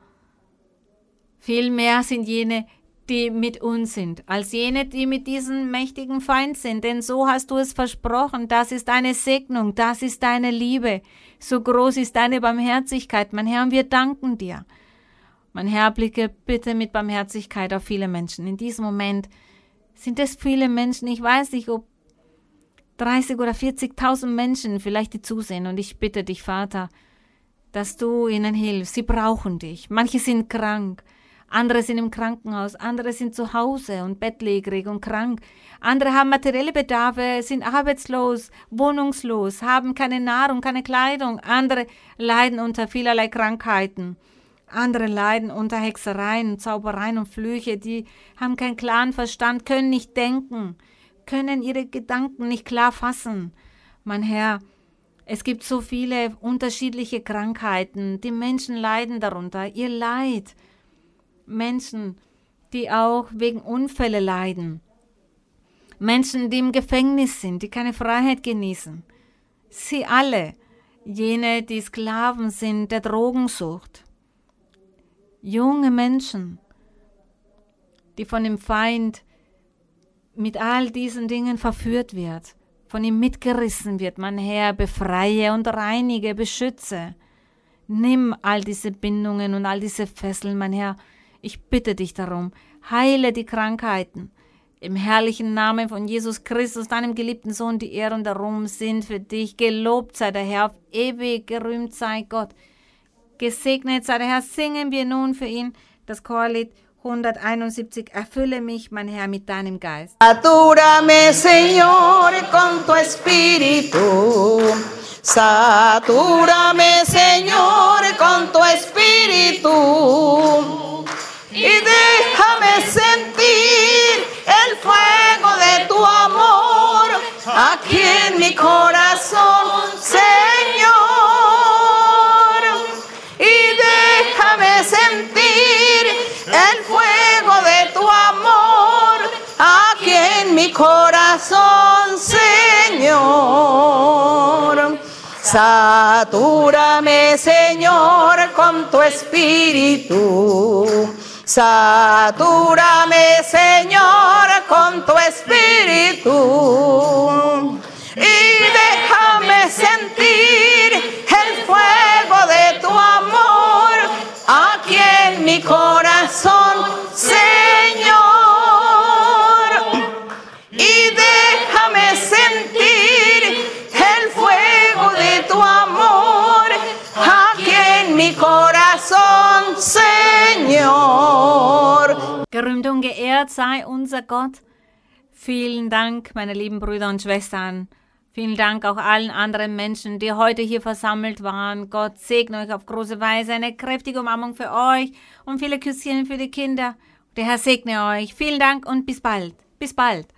Speaker 1: Vielmehr sind jene, die mit uns sind, als jene, die mit diesem mächtigen Feind sind. Denn so hast du es versprochen. Das ist deine Segnung, das ist deine Liebe. So groß ist deine Barmherzigkeit, mein Herr, und wir danken dir. Mein Herr, blicke bitte mit Barmherzigkeit auf viele Menschen. In diesem Moment sind es viele Menschen. Ich weiß nicht, ob dreißig oder vierzigtausend Menschen vielleicht die zusehen. Und ich bitte dich, Vater, dass du ihnen hilfst. Sie brauchen dich. Manche sind krank. Andere sind im Krankenhaus, andere sind zu Hause und bettlägerig und krank. Andere haben materielle Bedarfe, sind arbeitslos, wohnungslos, haben keine Nahrung, keine Kleidung. Andere leiden unter vielerlei Krankheiten. Andere leiden unter Hexereien, Zaubereien und Flüche. Die haben keinen klaren Verstand, können nicht denken, können ihre Gedanken nicht klar fassen. Mein Herr, es gibt so viele unterschiedliche Krankheiten. Die Menschen leiden darunter. Ihr Leid. Menschen, die auch wegen Unfälle leiden. Menschen, die im Gefängnis sind, die keine Freiheit genießen. Sie alle, jene, die Sklaven sind der Drogensucht. Junge Menschen, die von dem Feind mit all diesen Dingen verführt wird, von ihm mitgerissen wird. Mein Herr, befreie und reinige, beschütze. Nimm all diese Bindungen und all diese Fesseln, mein Herr. Ich bitte dich darum, heile die Krankheiten. Im herrlichen Namen von Jesus Christus, deinem geliebten Sohn, die Ehre und der Ruhm sind für dich. Gelobt sei der Herr, auf ewig gerühmt sei Gott. Gesegnet sei der Herr, singen wir nun für ihn das Chorlied hunderteinundsiebzig. Erfülle mich, mein Herr, mit deinem Geist.
Speaker 2: Satúrame, Señor, con tu espíritu. Satúrame, Señor, con tu espíritu. Y déjame sentir el fuego de tu amor aquí en mi corazón, Señor. Y déjame sentir el fuego de tu amor aquí en mi corazón, Señor. Satúrame, Señor, con tu espíritu. Satúrame, Señor, con tu espíritu. Y déjame sentir el fuego de tu amor aquí en mi corazón, Señor. Y déjame sentir el fuego de tu amor aquí en mi corazón, Señor.
Speaker 1: Gerühmt und geehrt sei unser Gott. Vielen Dank, meine lieben Brüder und Schwestern. Vielen Dank auch allen anderen Menschen, die heute hier versammelt waren. Gott segne euch auf große Weise. Eine kräftige Umarmung für euch und viele Küsschen für die Kinder. Der Herr segne euch. Vielen Dank und bis bald. Bis bald.